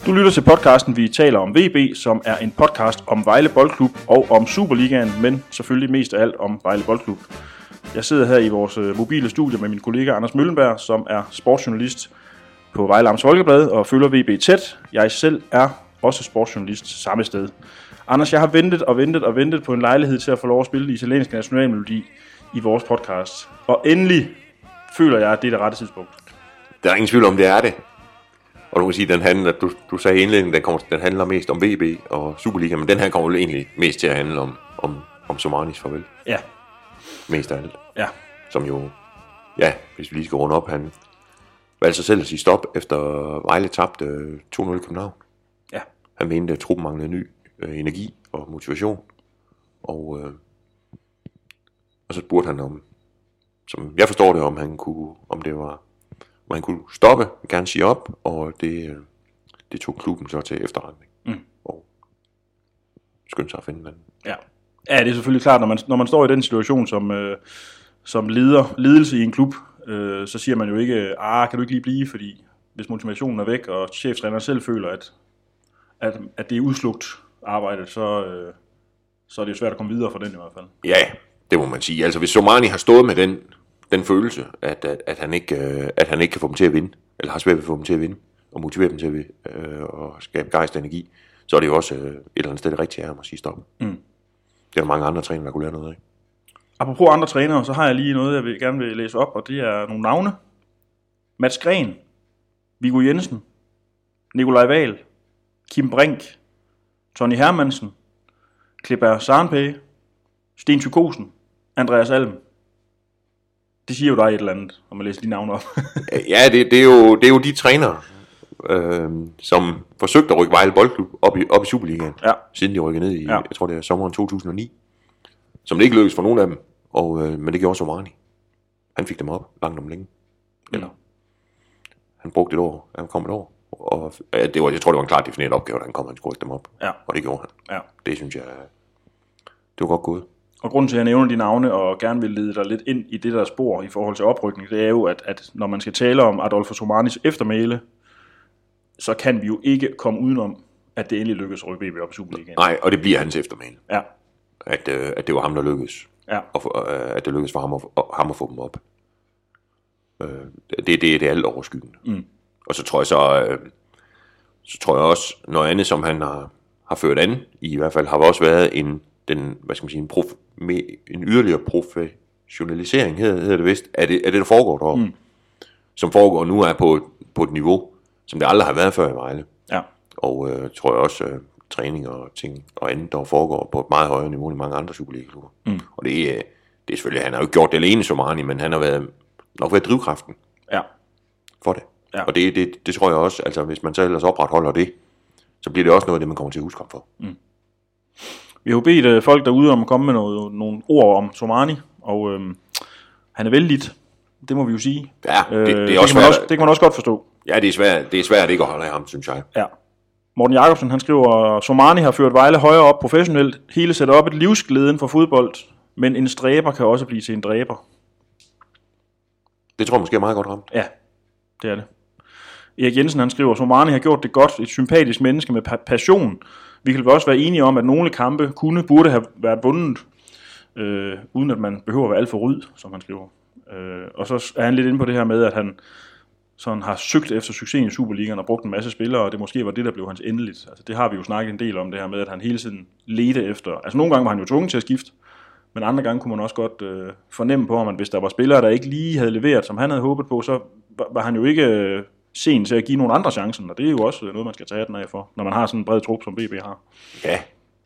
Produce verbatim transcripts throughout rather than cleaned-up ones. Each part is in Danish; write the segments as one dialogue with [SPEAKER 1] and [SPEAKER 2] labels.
[SPEAKER 1] Du lytter til podcasten, vi taler om V B, som er en podcast om Vejle Boldklub og om Superligaen, men selvfølgelig mest af alt om Vejle Boldklub. Jeg sidder her i vores mobile studie med min kollega Anders Møllenberg, som er sportsjournalist på Vejle Amts Folkeblad og følger V B tæt. Jeg selv er også sportsjournalist samme sted. Anders, jeg har ventet og ventet og ventet på en lejlighed til at få lov at spille italiensk nationalmelodi i vores podcast. Og endelig føler jeg, at det er det rette tidspunkt.
[SPEAKER 2] Der er ingen tvivl om, det er det. Og du kan sige, at den handler, du, du sagde i indledningen, den, kommer, den handler mest om V B og Superliga, men den her kommer egentlig mest til at handle om, om, om Somanis farvel.
[SPEAKER 1] Ja.
[SPEAKER 2] Mest af alt.
[SPEAKER 1] Ja.
[SPEAKER 2] Som jo, ja, hvis vi lige skal runde op, han valgte sig selv at sige stop, efter Vejle tabte to nul i København.
[SPEAKER 1] Ja.
[SPEAKER 2] Han mente, at truppen manglede ny øh, energi og motivation. Og, øh, og så spurgte han om, som jeg forstår det, om han kunne, om det var, om han kunne stoppe, gerne sige op, og det, øh, det tog klubben så til efterretning.
[SPEAKER 1] Mm.
[SPEAKER 2] Og skyndte sig at finde den.
[SPEAKER 1] Ja. Ja, det er selvfølgelig klart, når man, når man står i den situation som, øh, som leder, ledelse i en klub, øh, så siger man jo ikke, ah, kan du ikke lige blive, fordi hvis motivationen er væk, og cheftræneren selv føler, at, at, at det er udslugt arbejdet, så, øh, så er det jo svært at komme videre for den i hvert fald.
[SPEAKER 2] Ja, det må man sige. Altså hvis Somani har stået med den, den følelse, at, at, at, han ikke, øh, at han ikke kan få dem til at vinde, eller har svært ved at få dem til at vinde, og motivere dem til at øh, og skabe gejst og energi, så er det jo også øh, et eller andet sted det rigtige af ham at sige stop.
[SPEAKER 1] Mm.
[SPEAKER 2] Det er der mange andre trænere, der kunne lære noget af.
[SPEAKER 1] Apropos andre trænere, så har jeg lige noget, jeg vil, gerne vil læse op, og det er nogle navne. Mats Gren, Viggo Jensen, Nikolaj Wahl, Kim Brink, Tony Hermansen, Kleber Sarnpæ, Sten Tykosen, Andreas Alm. Det siger jo dig et eller andet, når man læser de navne op.
[SPEAKER 2] Ja, det, det, er jo, det er jo de trænere, øh, som forsøgte at rykke Vejle Boldklub op i, op i Superligaen,
[SPEAKER 1] ja.
[SPEAKER 2] Siden de rykkede ned i,
[SPEAKER 1] ja.
[SPEAKER 2] jeg tror det er sommeren to tusind og ni, som det ikke lykkedes for nogen af dem, og, øh, men det gjorde Somani. Han fik dem op langt om længe. Eller, han brugte et år, han kom et år, og ja, det var, jeg tror det var en klart defineret opgave, da han kom, han skulle rykke dem op,
[SPEAKER 1] ja.
[SPEAKER 2] og det gjorde han.
[SPEAKER 1] Ja.
[SPEAKER 2] Det synes jeg, det var godt gået.
[SPEAKER 1] Og grunden til, at jeg nævner de navne, og gerne vil lede dig lidt ind i det der spor i forhold til oprykning, det er jo, at, at når man skal tale om Adolfo Somanis eftermæle, så kan vi jo ikke komme udenom, at det endelig lykkedes at rykke V B op i Superligaen.
[SPEAKER 2] Nej, og det bliver hans eftermæle.
[SPEAKER 1] Ja.
[SPEAKER 2] At, øh, at det var ham, der lykkedes.
[SPEAKER 1] Ja.
[SPEAKER 2] Og øh, at det lykkedes for ham at, ham at få dem op. Øh, det, det, det er alt overskyggende.
[SPEAKER 1] Mm.
[SPEAKER 2] Og så tror jeg så, øh, så tror jeg også, noget andet, som han har, har ført an, i hvert fald har også været en, den, hvad skal man sige, en, prof, med, en yderligere professionalisering, hedder, hedder det vist, af det, af det, der foregår deroppe. Mm. Som foregår nu er på, på et niveau, som det aldrig har været før i Vejle.
[SPEAKER 1] Ja.
[SPEAKER 2] Og øh, tror jeg også, øh, træning og ting og andet, der foregår på et meget højere niveau end mange andre Superliga-klubber. Mm. Og det er, det er selvfølgelig, han har jo ikke gjort det alene som Arne, men han har været, nok været drivkraften
[SPEAKER 1] ja.
[SPEAKER 2] for det.
[SPEAKER 1] Ja.
[SPEAKER 2] Og det, det, det tror jeg også, altså hvis man så ellers opretholder det, så bliver det også noget af det, man kommer til at huske ham for. Mm.
[SPEAKER 1] Vi har jo bedt øh, folk derude om at komme med noget, nogle ord om Somani, og øh, han er vældigt, det må vi jo sige.
[SPEAKER 2] Ja, det, det, er
[SPEAKER 1] øh, det,
[SPEAKER 2] også
[SPEAKER 1] kan man også,
[SPEAKER 2] svært,
[SPEAKER 1] det kan man også godt forstå.
[SPEAKER 2] Ja, det er svært, det er svært ikke at holde af ham, synes jeg.
[SPEAKER 1] Ja. Morten Jacobsen, han skriver, Somani har ført Vejle højere op professionelt, hele sætter op et livsglæden for fodbold, men en stræber kan også blive til en dræber.
[SPEAKER 2] Det tror jeg måske er meget godt ramt.
[SPEAKER 1] Ja, det er det. Erik Jensen, han skriver, Somani har gjort det godt, et sympatisk menneske med passion. Vi kan også være enige om, at nogle kampe kunne, burde have været vundet, øh, uden at man behøver at være alt for ryd, som han skriver. Øh, og så er han lidt inde på det her med, at han sådan har søgt efter succesen i Superligaen og brugt en masse spillere, og det måske var det, der blev hans endeligt. Altså, det har vi jo snakket en del om, det her med, at han hele tiden ledte efter. Altså nogle gange var han jo tvunget til at skifte, men andre gange kunne man også godt øh, fornemme på ham, at hvis der var spillere, der ikke lige havde leveret, som han havde håbet på, så var, var han jo ikke øh, sen til at give nogle andre chancen, og det er jo også noget, man skal tage den af for, når man har sådan en bred trup, som B B har.
[SPEAKER 2] Ja.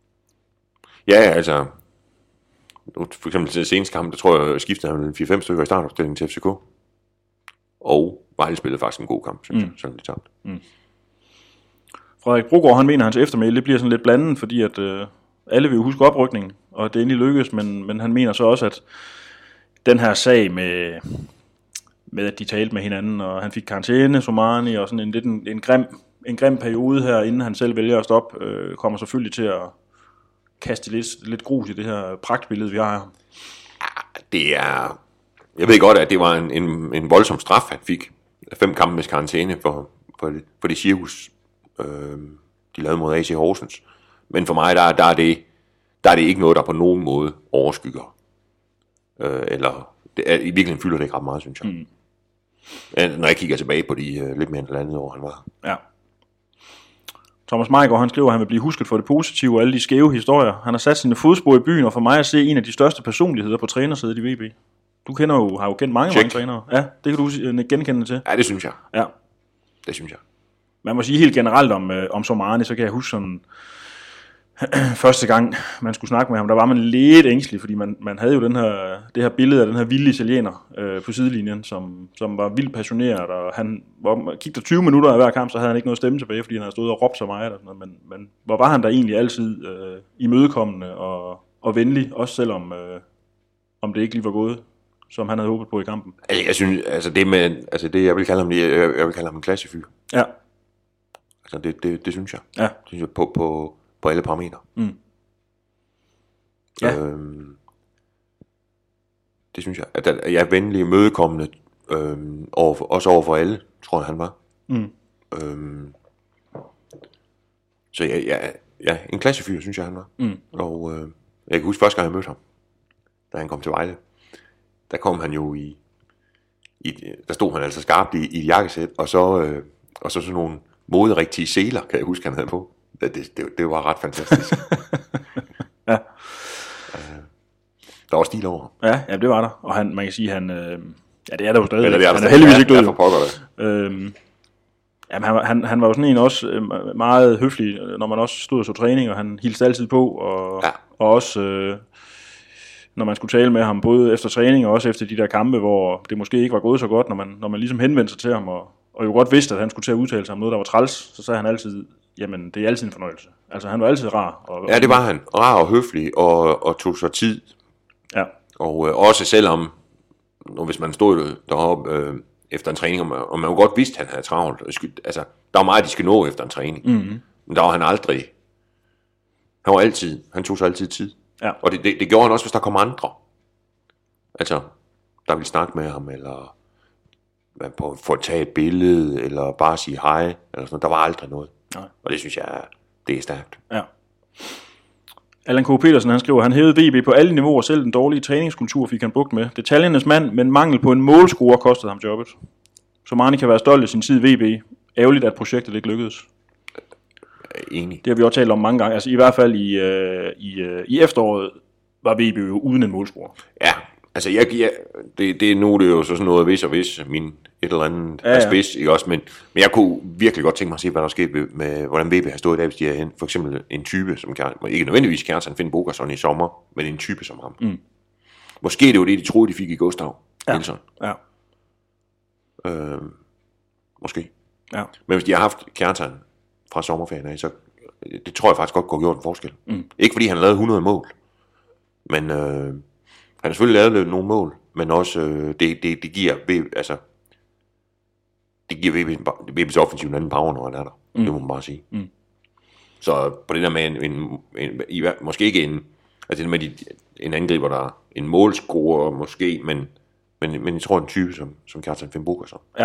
[SPEAKER 2] Ja, altså, for eksempel til seneste kamp, der tror jeg, skiftede han fire fem stykker i startopstillingen til F C K. Og Vejle spillede faktisk en god kamp, synes mm. jeg, sådan lidt tabt. Mm.
[SPEAKER 1] Frederik Brogaard, han mener, at hans eftermæle, det bliver sådan lidt blandet, fordi at øh, alle vil jo huske oprykningen, og det endelig lykkes, men, men han mener så også, at den her sag med, med at de talte med hinanden, og han fik karantæne, Somani, og sådan en lidt en, en, grim, en grim periode her, inden han selv vælger at stoppe, øh, kommer selvfølgelig til at kaste lidt, lidt grus i det her pragtbillede, vi har her.
[SPEAKER 2] Det er... Jeg ved godt, at det var en, en, en voldsom straf, han fik. Fem kampe med karantæne for, for, for det cirkus, Øh, de lavede mod A C Horsens. Men for mig, der, der, er det, der er det ikke noget, der på nogen måde overskygger. Øh, eller det er, i virkeligheden fylder det ikke ret meget, synes jeg. Mm. Når jeg kigger tilbage på de uh, lidt mere end et andet år, han var.
[SPEAKER 1] Ja. Thomas Meiggaard, han skriver, at han vil blive husket for det positive og alle de skæve historier. Han har sat sine fodspor i byen, og for mig at se en af de største personligheder på trænersædet i V B. Du kender jo, har jo kendt mange, mange trænere. Ja, det kan du genkende til.
[SPEAKER 2] Ja, det synes jeg.
[SPEAKER 1] Ja.
[SPEAKER 2] Det synes jeg.
[SPEAKER 1] Man må sige helt generelt om, øh, om Somani, så kan jeg huske sådan, første gang man skulle snakke med ham, der var man lidt ængstelig, fordi man, man havde jo den her, det her billede af den her vilde italiener øh, på sidelinjen, som, som var vildt passioneret, og han var, gik der tyve minutter af hver kamp, så havde han ikke noget stemme tilbage, fordi han havde stået og råbt så meget, og sådan noget, men, men hvor var han der egentlig altid øh, imødekommende og, og venlig, også selvom øh, om det ikke lige var gået, som han havde håbet på i kampen.
[SPEAKER 2] Altså, jeg synes, altså det med, altså det, jeg vil kalde ham, jeg, jeg vil kalde ham en klassefyr.
[SPEAKER 1] Ja.
[SPEAKER 2] Altså det, det, det synes jeg.
[SPEAKER 1] Ja.
[SPEAKER 2] Det synes jeg på, på, på alle parametre.
[SPEAKER 1] Mm. Ja.
[SPEAKER 2] Øhm, det synes jeg. At jeg er venlig, imødekommende, øhm, overfor, også over for alle, tror jeg han var.
[SPEAKER 1] Mm.
[SPEAKER 2] Øhm, så ja, ja, ja, en klassefyr, synes jeg han var.
[SPEAKER 1] Mm.
[SPEAKER 2] Og øh, jeg kan huske første gang jeg mødte ham, da han kom til Vejle. Der kom han jo i, i der stod han altså skarpt i, i et jakkesæt, og så, øh, og så sådan nogle moderigtige seler, kan jeg huske, han havde på. Det, det, det var ret fantastisk.
[SPEAKER 1] Ja.
[SPEAKER 2] Øh, der var stil over.
[SPEAKER 1] Ja, ja, det var der. Og han, man kan sige, han, øh, ja, det er der jo stadig.
[SPEAKER 2] Eller det er
[SPEAKER 1] han er heldigvis ikke død.
[SPEAKER 2] For pokker det.
[SPEAKER 1] Øhm, jamen, han, han, han var jo sådan en også øh, meget høflig, når man også stod og så træning, og han hilste altid på, og,
[SPEAKER 2] ja.
[SPEAKER 1] og også øh, når man skulle tale med ham, både efter træning og også efter de der kampe, hvor det måske ikke var gået så godt, når man, når man ligesom henvendte sig til ham, og, og jo godt vidste, at han skulle til at udtale sig om noget, der var træls, så sagde han altid, jamen, det er altid en fornøjelse. Altså, han var altid rar. Og,
[SPEAKER 2] ja, det var han. Rar og høflig, og, og tog sig tid.
[SPEAKER 1] Ja.
[SPEAKER 2] Og øh, også selvom, når, hvis man stod deroppe øh, efter en træning, og man, og man jo godt vidste, at han havde travlt. Altså, der var meget, de skal nå efter en træning.
[SPEAKER 1] Mm-hmm.
[SPEAKER 2] Men der var han aldrig. Han var altid, han tog sig altid tid.
[SPEAKER 1] Ja.
[SPEAKER 2] Og det, det, det gjorde han også, hvis der kom andre. Altså, der ville snakke med ham, eller på, for at tage et billede, eller bare sige hej, eller sådan noget. Der var aldrig noget.
[SPEAKER 1] Nej.
[SPEAKER 2] Og det synes jeg, det er stærkt.
[SPEAKER 1] Ja. Allan K. Petersen, han skriver, han hævede V B på alle niveauer, selv den dårlige træningskultur fik han bugt med. Detaljernes mand, men mangel på en målscorer kostede ham jobbet. Somani kan være stolt af sin tid i V B. Ærgerligt, at projektet ikke lykkedes.
[SPEAKER 2] Enig.
[SPEAKER 1] Det har vi også talt om mange gange. Altså i hvert fald i, øh, i, øh, i efteråret var V B jo uden en målscorer.
[SPEAKER 2] Ja, altså jeg giver, det, det, nu er det jo så sådan noget hvis og hvis, min et eller andet
[SPEAKER 1] ja, ja.
[SPEAKER 2] spids, ikke også, men, men jeg kunne virkelig godt tænke mig at se, hvad der skete med, med hvordan V B har stået i dag, hvis de har for eksempel en type, som kan, ikke nødvendigvis Kjartan Finn Bogason i sommer, men en type som ham. Mm. Måske det var det, de troede, de fik i Gustav
[SPEAKER 1] ja.
[SPEAKER 2] Nielsen.
[SPEAKER 1] Ja.
[SPEAKER 2] Øh, måske.
[SPEAKER 1] Ja.
[SPEAKER 2] Men hvis de har haft Kjartan fra sommerferien af, så det tror jeg faktisk godt kunne have gjort en forskel. Mm. Ikke fordi han lavede hundrede mål, men øh, han har selvfølgelig lavet nogle mål, men også øh, det, det, det giver altså det giver V B's offensiv en anden power, når han er der. Mm. Det må man bare sige. Mm. Så på det der med en, en, en, en måske ikke en altså det med de, en angriber der en målscorer måske, men men men jeg tror en type som som Kjartan Finn Bogason.
[SPEAKER 1] Ja.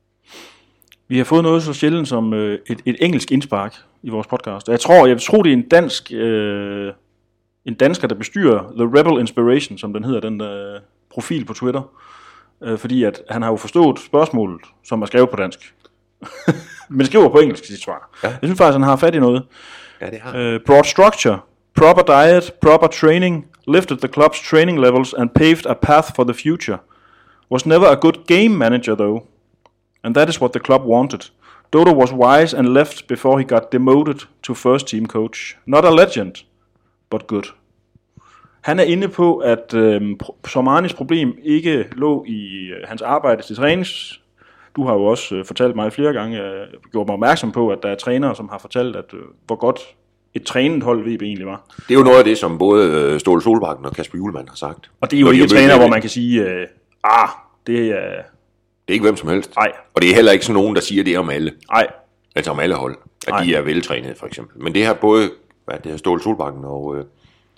[SPEAKER 1] Vi har fået noget så sjældent som øh, et, et engelsk indspark i vores podcast. Jeg tror, jeg tror det er en dansk, øh, en dansker, der bestyrer The Rebel Inspiration, som den hedder, den øh, profil på Twitter. Øh, fordi at han har jo forstået spørgsmålet, som er skrevet på dansk. Men skriver på engelsk sit svar. Ja. Jeg synes faktisk, han har fat i noget.
[SPEAKER 2] Ja, det har.
[SPEAKER 1] Øh, broad structure, proper diet, proper training, lifted the club's training levels and paved a path for the future. Was never a good game manager though. And that is what the club wanted. Dodo was wise and left before he got demoted to first team coach. Not a legend, but good. Han er inde på, at øh, Somanis problem ikke lå i øh, hans arbejde til trænings. Du har jo også øh, fortalt mig flere gange, øh, gjort mig opmærksom på, at der er trænere, som har fortalt, at øh, hvor godt et trænet hold V B egentlig var.
[SPEAKER 2] Det er jo noget af det, som både Ståle Solbakken og Kasper Hjulmand har sagt.
[SPEAKER 1] Og det er jo ikke træner, hvor man kan sige, øh, ah, det er... Øh,
[SPEAKER 2] Det er ikke hvem som helst.
[SPEAKER 1] Nej.
[SPEAKER 2] Og det er heller ikke sådan nogen, der siger det om alle.
[SPEAKER 1] Nej.
[SPEAKER 2] Altså om alle hold. At
[SPEAKER 1] Ej.
[SPEAKER 2] de er veltrænede, for eksempel. Men det har både hvad, det har Ståle Solbakken og, øh,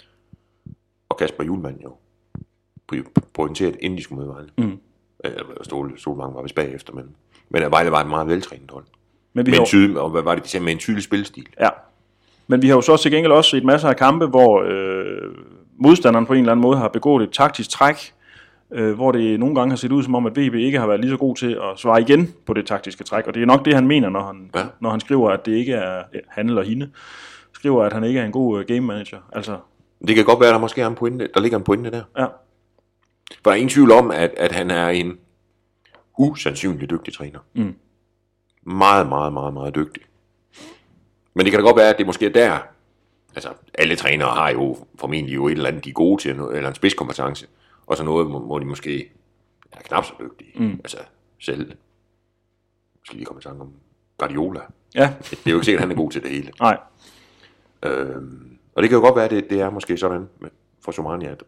[SPEAKER 2] og Kasper Hjulmand jo pointeret, inden de skulle møde Vejle. Mm. Øh, Ståle Solbakken var vist bagefter, men, men Vejle var et meget veltrænet hold.
[SPEAKER 1] Men vi
[SPEAKER 2] med,
[SPEAKER 1] har
[SPEAKER 2] en tydelig, og hvad var det, de sagde, med en tydelig spilstil.
[SPEAKER 1] Ja, men vi har jo så til gengæld også set masser af kampe, hvor øh, modstanderen på en eller anden måde har begået et taktisk træk, øh, hvor det nogle gange har set ud som om, at V B ikke har været lige så god til at svare igen på det taktiske træk, og det er nok det, han mener, når han, ja. når han skriver, at det ikke er han eller hende, skriver, at han ikke er en god uh, game manager. Altså,
[SPEAKER 2] det kan godt være, at der måske er en pointe, der ligger en pointe der.
[SPEAKER 1] Ja.
[SPEAKER 2] For der er ingen tvivl om, at, at han er en usandsynlig dygtig træner.
[SPEAKER 1] Mm.
[SPEAKER 2] Meget, meget, meget, meget dygtig. Men det kan da godt være, at det måske er der, altså alle trænere har jo formentlig jo et eller andet, de er gode til, eller en spidskompetence, og så noget, hvor de måske er knap så dygtige. Mm. Altså selv. Skal lige komme i tanke om Guardiola.
[SPEAKER 1] Ja.
[SPEAKER 2] Det er jo ikke sikkert, at han er god til det hele.
[SPEAKER 1] Nej.
[SPEAKER 2] Øhm, og det kan jo godt være, at det, det er måske sådan for Somani, at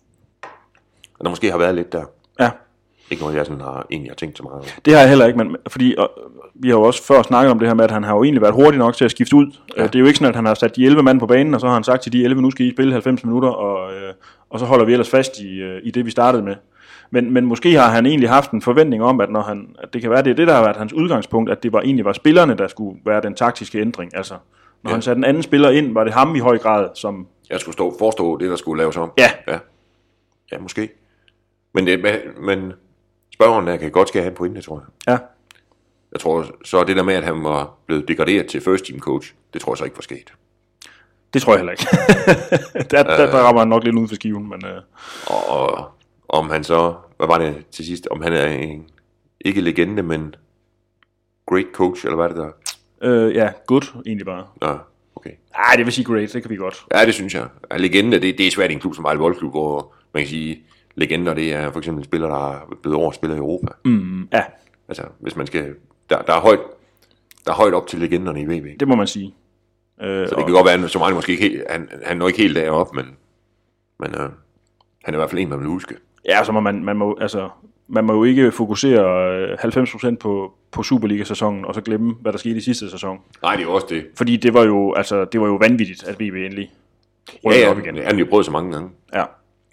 [SPEAKER 2] der måske har været lidt der.
[SPEAKER 1] Ja.
[SPEAKER 2] Ikke noget, jeg sådan har, egentlig har tænkt så meget over.
[SPEAKER 1] Det har jeg heller ikke, men fordi og, vi har jo også før snakket om det her med, at han har jo egentlig været hurtig nok til at skifte ud. Ja. Det er jo ikke sådan, at han har sat de elleve mand på banen, og så har han sagt til de elleve, nu skal I spille halvfems minutter, og, øh, og så holder vi ellers fast i, øh, i det, vi startede med. Men, men måske har han egentlig haft en forventning om, at, når han, at det kan være, det er det, der har været hans udgangspunkt, at det var egentlig var spillerne, der skulle være den taktiske ændring. Altså, når ja. han satte en anden spiller ind, var det ham i høj grad, som...
[SPEAKER 2] Jeg skulle stå, forstå det, der skulle laves om.
[SPEAKER 1] Ja.
[SPEAKER 2] Ja, ja måske. Men, det, men spørgeren der kan godt skal have en pointe, tror jeg.
[SPEAKER 1] Ja.
[SPEAKER 2] Jeg tror, så det der med, at han var blevet degraderet til first team coach, det tror jeg så ikke var sket.
[SPEAKER 1] Det tror jeg heller ikke. der, der, der rammer han nok lidt uden for skiven, men... Øh...
[SPEAKER 2] Og, og om han så, hvad var det til sidst, om han er en, ikke legende, men great coach, eller hvad er det der?
[SPEAKER 1] Øh, ja, good, egentlig bare.
[SPEAKER 2] Nå, okay.
[SPEAKER 1] Ej, det vil sige great, det kan vi godt.
[SPEAKER 2] Ja, det synes jeg. Ja, legende, det, det er svært i en klub som Vejle Boldklub, hvor man kan sige, legender, det er for eksempel en spiller, der er blevet overspillet i Europa.
[SPEAKER 1] Mm, ja.
[SPEAKER 2] Altså, hvis man skal, der, der, er højt, der er højt op til legenderne i V B.
[SPEAKER 1] Det må man sige.
[SPEAKER 2] Øh, så det og... kan godt være, at så meget måske ikke helt, han, han når ikke helt deroppe, men, men øh, han er i hvert fald en, man vil huske.
[SPEAKER 1] Ja, så må man, man må, altså, man må jo ikke fokusere halvfems procent på, på Superliga-sæsonen, og så glemme, hvad der skete i sidste sæson.
[SPEAKER 2] Nej, det er jo også det.
[SPEAKER 1] Fordi det var jo, altså, det var jo vanvittigt, at V B endelig
[SPEAKER 2] rødde ja, ja, op igen. Ja, han har jo prøvet så mange gange.
[SPEAKER 1] Ja.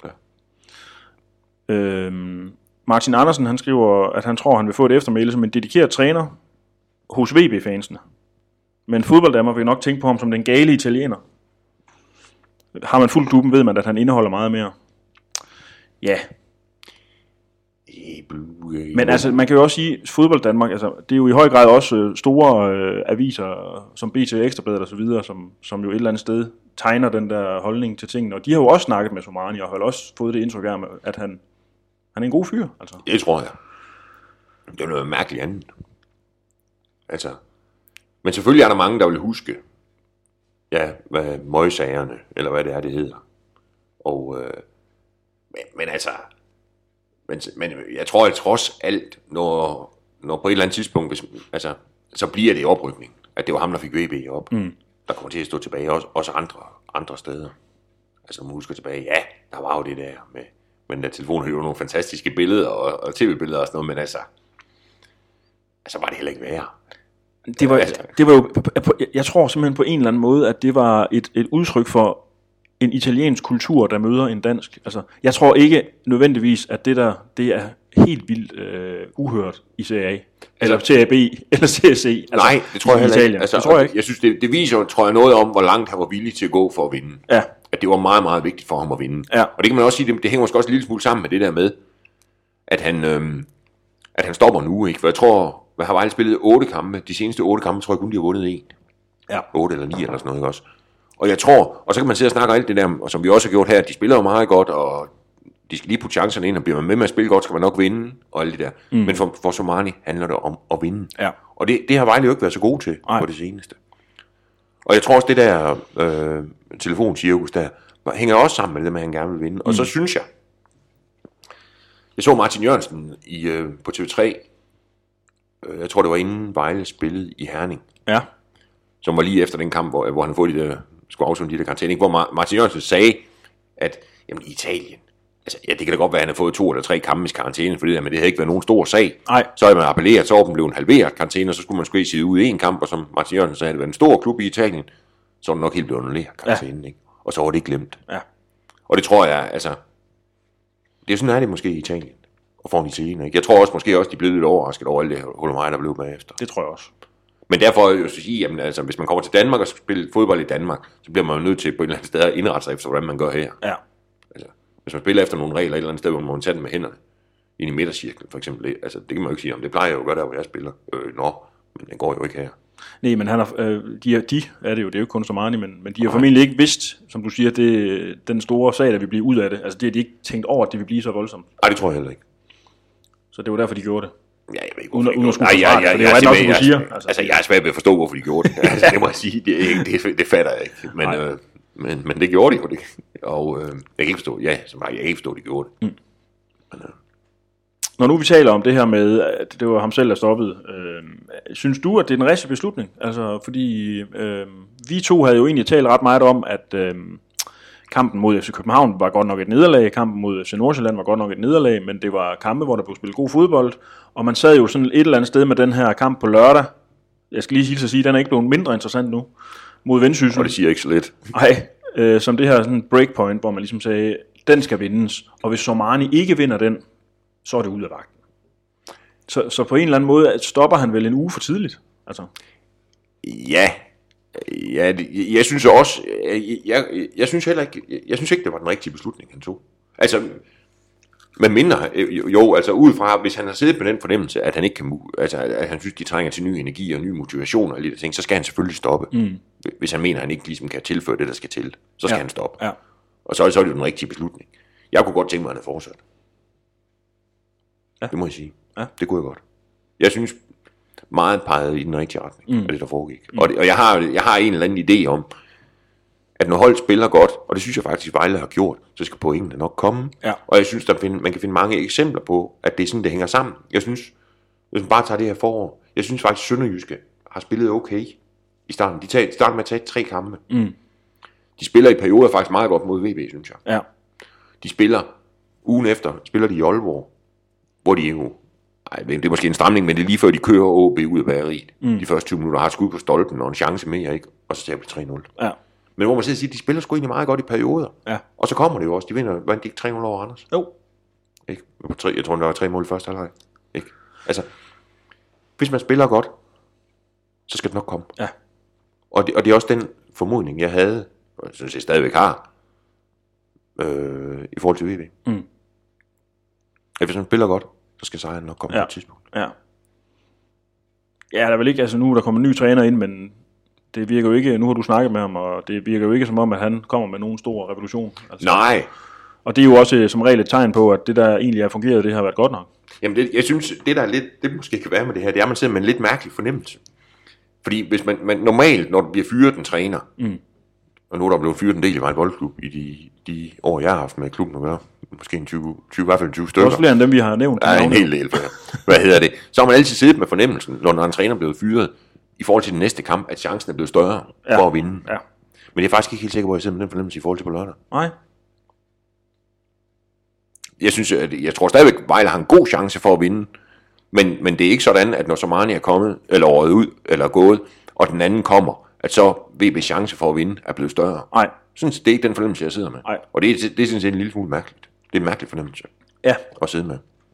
[SPEAKER 1] ja. Øhm, Martin Andersen, han skriver, at han tror, han vil få et eftermæle som en dedikeret træner hos V B-fansene. Men fodbolddammer vil nok tænke på ham som den gale italiener. Har man fuldt klubben, ved man, at han indeholder meget mere. Ja. Men altså, man kan jo også sige, at fodbold Danmark, altså, det er jo i høj grad også store øh, aviser, som B T Ekstrabladet og så videre, som, som jo et eller andet sted tegner den der holdning til tingene. Og de har jo også snakket med Somani, og har også fået det indtryk af, at han, han er en god fyr. Altså.
[SPEAKER 2] Det tror jeg. Det er noget mærkeligt andet. Altså, men selvfølgelig er der mange, der vil huske, ja, hvad møgsagerne, eller hvad det er, det hedder. Og, øh, men, men altså, men, men jeg tror, at trods alt, når, når på et eller andet tidspunkt, hvis, altså, så bliver det i oprykning, at det var ham, der fik V B op. Mm. Der kommer til at stå tilbage, også, også andre, andre steder. Altså, man husker tilbage, ja, der var jo det der med, med den der telefon, der nogle fantastiske billeder, og, og tv-billeder og sådan noget, men altså, altså var det heller ikke værre.
[SPEAKER 1] Det var, det var jo, jeg tror simpelthen på en eller anden måde, at det var et, et udtryk for en italiensk kultur, der møder en dansk. Altså, jeg tror ikke nødvendigvis, at det der, det er helt vildt øh, uhørt i Serie A, eller Serie B, eller Serie C. Altså,
[SPEAKER 2] nej, det tror jeg heller ikke. Altså,
[SPEAKER 1] det tror jeg ikke.
[SPEAKER 2] Jeg synes, det, det viser, tror jeg, noget om, hvor langt han var villig til at gå for at vinde.
[SPEAKER 1] Ja.
[SPEAKER 2] At det var meget, meget vigtigt for ham at vinde.
[SPEAKER 1] Ja.
[SPEAKER 2] Og det kan man også sige, det, det hænger måske også en lille smule sammen med det der med, at han, øhm, at han stopper nu, ikke? For jeg tror, hvad har Vejle spillet otte kampe. De seneste otte kampe, tror jeg kun, de har vundet en.
[SPEAKER 1] Ja.
[SPEAKER 2] Otte eller ni eller sådan noget, ikke også? Og jeg tror, og så kan man sidde og snakke alt det der, og som vi også har gjort her, de spiller jo meget godt, og de skal lige putte chancerne ind, og bliver man med med at spille godt, skal man nok vinde, og alt det der. Mm. Men for, for Somani handler det om at vinde.
[SPEAKER 1] Ja.
[SPEAKER 2] Og det, det har Vejle jo ikke været så gode til Ej. på det seneste. Og jeg tror også, det der øh, telefoncirkus der, hænger også sammen med det med, at han gerne vil vinde. Mm. Og så synes jeg, jeg så Martin Jørgensen i, øh, på T V tre, øh, jeg tror det var inden Vejle spillede i Herning.
[SPEAKER 1] Ja.
[SPEAKER 2] Som var lige efter den kamp, hvor, hvor han fået de der, skulle afsone de der karantæne, hvor Martin Jørgensen sagde, at jamen, i Italien, altså, ja, det kan da godt være, at han har fået to eller tre kampe i karantæne, for det der, men det havde ikke været nogen stor sag.
[SPEAKER 1] Nej.
[SPEAKER 2] Så havde man appelleret, så var den blevet en halveret karantæne, og så skulle man skulle sidde ude i en kamp, og som Martin Jørgensen sagde, at det var en stor klub i Italien, så var den nok helt blevet annulleret karantænen, ja. Ikke? Og så var det ikke glemt.
[SPEAKER 1] Ja.
[SPEAKER 2] Og det tror jeg, altså, det er sådan, er det måske i Italien, og for en italiener, ikke? Jeg tror også, måske også, de blev lidt overrasket over alt det Holomaj, der blev bagefter.
[SPEAKER 1] Det tror jeg også.
[SPEAKER 2] Men derfor er jeg jo så sige, jamen, altså, hvis man kommer til Danmark og skal spille fodbold i Danmark, så bliver man jo nødt til på et eller andet sted at indrette sig efter, hvordan man gør her.
[SPEAKER 1] Ja.
[SPEAKER 2] Altså, hvis man spiller efter nogle regler et eller andet sted, hvor man må tage den med hænderne, ind i midtercirklen for eksempel, altså, det kan man jo ikke sige om. Det plejer jeg jo at gøre der, hvor jeg spiller. Øh, nå, men den går jo ikke her.
[SPEAKER 1] Nej, men han har, øh, de, er, de er det jo, det er jo ikke kun Somani, men, men de har formentlig ikke vidst, som du siger, det, den store sag, der vil blive ud af det. Altså det har de ikke tænkt over, at det vil blive så voldsomt.
[SPEAKER 2] Nej, det tror jeg heller ikke.
[SPEAKER 1] Så det var derfor, de gjorde det.
[SPEAKER 2] Ja, jeg ved ikke,
[SPEAKER 1] uden,
[SPEAKER 2] hvorfor
[SPEAKER 1] uden at skulle
[SPEAKER 2] Nej, jeg, jeg,
[SPEAKER 1] det. Det er jo ret nok, som du siger.
[SPEAKER 2] Altså, altså, jeg er svært ved at forstå, hvorfor de gjorde det. Altså, det må jeg sige, det, det, det, det fatter jeg ikke. Men, øh, men, men det gjorde de jo det. Og øh, jeg kan ikke forstå, ja, så jeg kan ikke forstå, at de gjorde det. Mm. Men, øh,
[SPEAKER 1] Når nu vi taler om det her med, at det var ham selv, der stoppede, øh, synes du, at det er den rigtige beslutning? Altså, fordi øh, vi to havde jo egentlig talt ret meget om, at øh, kampen mod F C København var godt nok et nederlag, kampen mod F C Nordsjælland var godt nok et nederlag, men det var kampe, hvor der blev spillet god fodbold, og man sad jo sådan et eller andet sted med den her kamp på lørdag. Jeg skal lige sige at sige, at den er ikke blevet mindre interessant nu, mod Vendsyssel.
[SPEAKER 2] og det siger ikke så lidt.
[SPEAKER 1] Nej, øh, som det her sådan breakpoint, hvor man ligesom sagde, den skal vindes, og hvis Somani ikke vinder den, så er det ud af vagten. Så, så på en eller anden måde stopper han vel en uge for tidligt. Altså.
[SPEAKER 2] Ja, ja det, jeg synes også, jeg, jeg, jeg synes heller ikke, jeg, jeg synes ikke, det var den rigtige beslutning, han tog. Altså, men mindre, jo, jo, altså udefra, hvis han har siddet med den fornemmelse, at han ikke kan, altså, at han synes, de trænger til ny energi og ny motivation og alle de ting, så skal han selvfølgelig stoppe. Mm. Hvis han mener, at han ikke ligesom kan tilføre det, der skal til, så skal ja. han stoppe. Ja. Og så, så er det jo den rigtige beslutning. Jeg kunne godt tænke mig, at han havde fortsat. Ja. Det må jeg sige. Ja. Det kunne jeg godt. Jeg synes, meget pegede i den rigtige retning, mm. af det, der foregik. Mm. Og, det, og jeg, har, jeg har en eller anden idé om, at når hold spiller godt, og det synes jeg faktisk, Vejle har gjort, så skal pointene nok komme. Ja. Og jeg synes, der find, man kan finde mange eksempler på, at det er sådan, det hænger sammen. Jeg synes, hvis man bare tager det her forår, jeg synes faktisk, Sønderjyske har spillet okay i starten. De tager, starter med at tage tre kampe. Mm. De spiller i perioder faktisk meget godt mod V B, synes jeg. Ja. De spiller ugen efter, spiller de i Aalborg, hvor de jo, ej, det er måske en stramning, men det er lige før de kører O B ud af bageriet. Mm. De første tyve minutter har et skud på stolpen og en chance mere, ikke? Og så tager de tre nul. Ja. Men hvor man siger, at de spiller sgu egentlig meget godt i perioder. Ja. Og så kommer det jo også, de vinder, vandt de ikke tre nul over Anders? Jo. Ikke? Jeg tror, der var tre mål i første halvleg. Ikke? Altså, hvis man spiller godt, så skal det nok komme. Ja. Og det, og det er også den formodning, jeg havde, og jeg synes, jeg stadigvæk har, øh, i forhold til V B. Mm. At hvis man spiller godt, så skal sejren nok komme ja. på et tidspunkt. Ja.
[SPEAKER 1] Ja, der er vel ikke, altså nu er der kommet en ny træner ind, men det virker jo ikke, nu har du snakket med ham, og det virker jo ikke som om, at han kommer med nogen stor revolution. Altså.
[SPEAKER 2] Nej.
[SPEAKER 1] Og det er jo også som regel et tegn på, at det der egentlig er fungeret, det har været godt nok.
[SPEAKER 2] Jamen det, jeg synes, det der er lidt, det måske kan være med det her, det er, at man sidder med en lidt mærkelig fornemmelse. Fordi hvis man, man normalt, når der bliver fyret en træner, mm. og nu er der blevet fyret en del i Vejle Boldklub i de, de år, jeg har haft med klubben at gøre, måske en tyve, tyve, i hvert fald tyve stykker.
[SPEAKER 1] Også flere end dem, vi har nævnt.
[SPEAKER 2] Ja, en hel del. Hvad hedder det? Så har man altid siddet med fornemmelsen, når en træner er blevet fyret, i forhold til den næste kamp, at chancen er blevet større ja. for at vinde. Ja. Men jeg er faktisk ikke helt sikker på, at jeg sidder med den fornemmelse i forhold til på lørdag.
[SPEAKER 1] Nej.
[SPEAKER 2] Jeg synes, at jeg tror stadigvæk, at Vejle har en god chance for at vinde. Men, men det er ikke sådan, at når Somani er kommet, eller året ud, eller gået, og den anden kommer, at så V B's chance for at vinde er blevet større. Nej. Synes, det er ikke den fornemmelse, jeg sidder med. Nej. Og det er, det er sådan set en lille smule mærkeligt. Det er en mærkelig fornemmelse
[SPEAKER 1] ja.
[SPEAKER 2] at sidde med.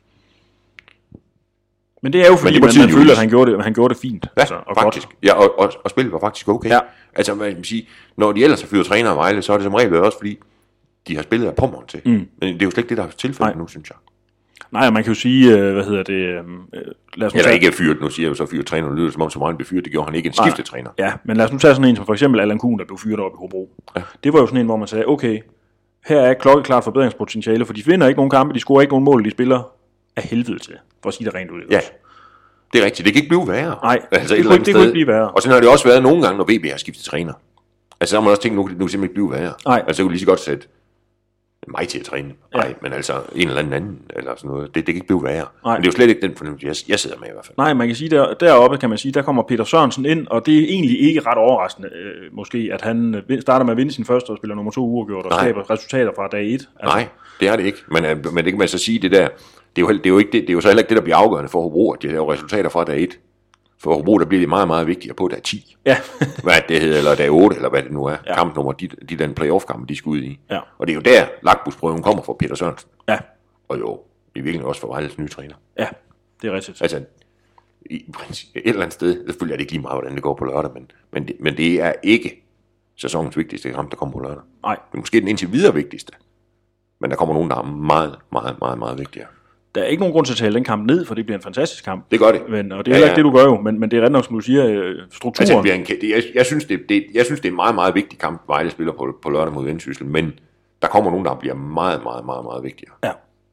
[SPEAKER 1] Men det er jo fordi, man, man føler, at han gjorde det, han gjorde det fint.
[SPEAKER 2] Ja, altså, og faktisk. Godt. Ja, og, og, og spillet var faktisk okay. Ja. Altså, man kan sige, når de ellers har fyret træner af Vejle, så er det som regel også fordi, de har spillet af pommeren til. Mm. Men det er jo slet ikke det, der er tilfældet nu, synes jeg.
[SPEAKER 1] Nej, man kan jo sige, hvad hedder det... Øh, lad os
[SPEAKER 2] Eller ikke fyret, nu siger jeg jo så fyret træner, lyder som om Somani blev fyret, det gjorde han ikke en skiftetræner.
[SPEAKER 1] Ja, men lad os nu tage sådan en som for eksempel Allan Kuhn, der blev fyret op i Hobro. Ja. Det var jo sådan en, hvor man sagde, okay, her er klokkeklart forbedringspotentiale, for de vinder ikke nogen kampe, de scorer ikke nogen mål, de spiller af helvede til, for at sige det rent ud.
[SPEAKER 2] Ja, det er rigtigt, det kan ikke blive værre.
[SPEAKER 1] Nej, altså, det, kunne, det kunne ikke blive værre.
[SPEAKER 2] Og sådan har det også været nogle gange, når V B har skiftet træner. Altså så har man også tænkt, nu, nu kan det simpelthen ikke blive værre. Nej. Altså så kunne lige så godt sætte mig til at træne. Nej, ja. Men altså en eller anden anden, eller sådan noget. Det, det kan ikke blive værre. Nej. Men det er jo slet ikke den fornemmelse, jeg, jeg sidder med i hvert fald.
[SPEAKER 1] Nej, man kan sige, der, deroppe kan man sige, der kommer Peter Sørensen ind, og det er egentlig ikke ret overraskende, øh, måske, at han starter med at vinde sin første og spiller nummer to uafgjort, og Nej. skaber resultater fra dag et. Altså.
[SPEAKER 2] Nej, det er det ikke. Men, men det kan man så sige, det der, det er jo, det er jo, ikke det, det er jo så heller ikke det, der bliver afgørende for Hobro, at de laver resultater fra dag et. For Hobro, der bliver det meget, meget vigtigere på dag ti. Ja. Hvad det hedder, eller dag otte, eller hvad det nu er. Ja. Kampnummer, de, de den playoff-kampe, de skal ud i. Ja. Og det er jo der, Lakbusprøven kommer fra Peter Sørensen. Ja. Og jo, det er virkelig også for Vejles nye træner.
[SPEAKER 1] Ja, det er rigtigt.
[SPEAKER 2] Altså, i, et eller andet sted, selvfølgelig er det ikke lige meget, hvordan det går på lørdag, men, men, det, men det er ikke sæsonens vigtigste kamp, der kommer på lørdag.
[SPEAKER 1] Nej.
[SPEAKER 2] Det er måske den indtil videre vigtigste, men der kommer nogen, der er meget, meget, meget, meget vigtigere.
[SPEAKER 1] Der er ikke nogen grund til at tale den kamp ned, for det bliver en fantastisk kamp.
[SPEAKER 2] Det gør det.
[SPEAKER 1] Men, og det er ja, ja. ikke det, du gør jo, men, men det er ret nok, som du siger, strukturen.
[SPEAKER 2] Altså, en, jeg, jeg, synes, det, det, jeg synes, det er en meget, meget vigtig kamp, Vejle spiller på, på lørdag mod Vendsyssel, men der kommer nogen, der bliver meget, meget, meget, meget vigtigere.
[SPEAKER 1] Ja.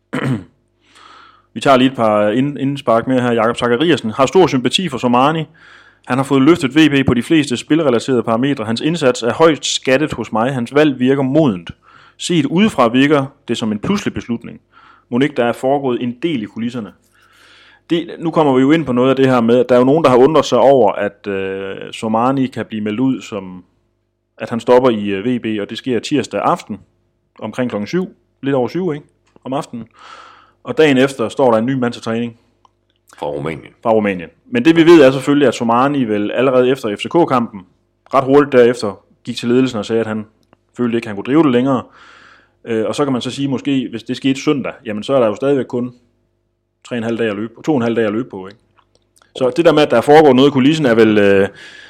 [SPEAKER 1] Vi tager lige et par indspark med her. Jakob Zachariasen har stor sympati for Somani. Han har fået løftet V B på de fleste spilrelaterede parametre. Hans indsats er højt skattet hos mig. Hans valg virker modent. Set udefra virker det som en pludselig beslutning. Må ikke der er foregået en del i kulisserne. Det, nu kommer vi jo ind på noget af det her med, at der er jo nogen, der har undret sig over, at øh, Somani kan blive meldt ud som, at han stopper i øh, V B, og det sker tirsdag aften, omkring klokken syv, lidt over syv, ikke? Om aftenen. Og dagen efter står der en ny mand til træning.
[SPEAKER 2] Fra Rumænien.
[SPEAKER 1] Fra Rumænien. Men det vi ved er selvfølgelig, at Somani vel allerede efter F C K-kampen, ret hurtigt derefter, gik til ledelsen og sagde, at han følte ikke, at han kunne drive det længere. Øh, og så kan man så sige, måske hvis det skete søndag, jamen så er der jo stadigvæk kun tre og en halv dag at løbe på, to og en halv dag at løbe på, ikke? Så det der med, at der foregår noget i kulissen, er vel, øh,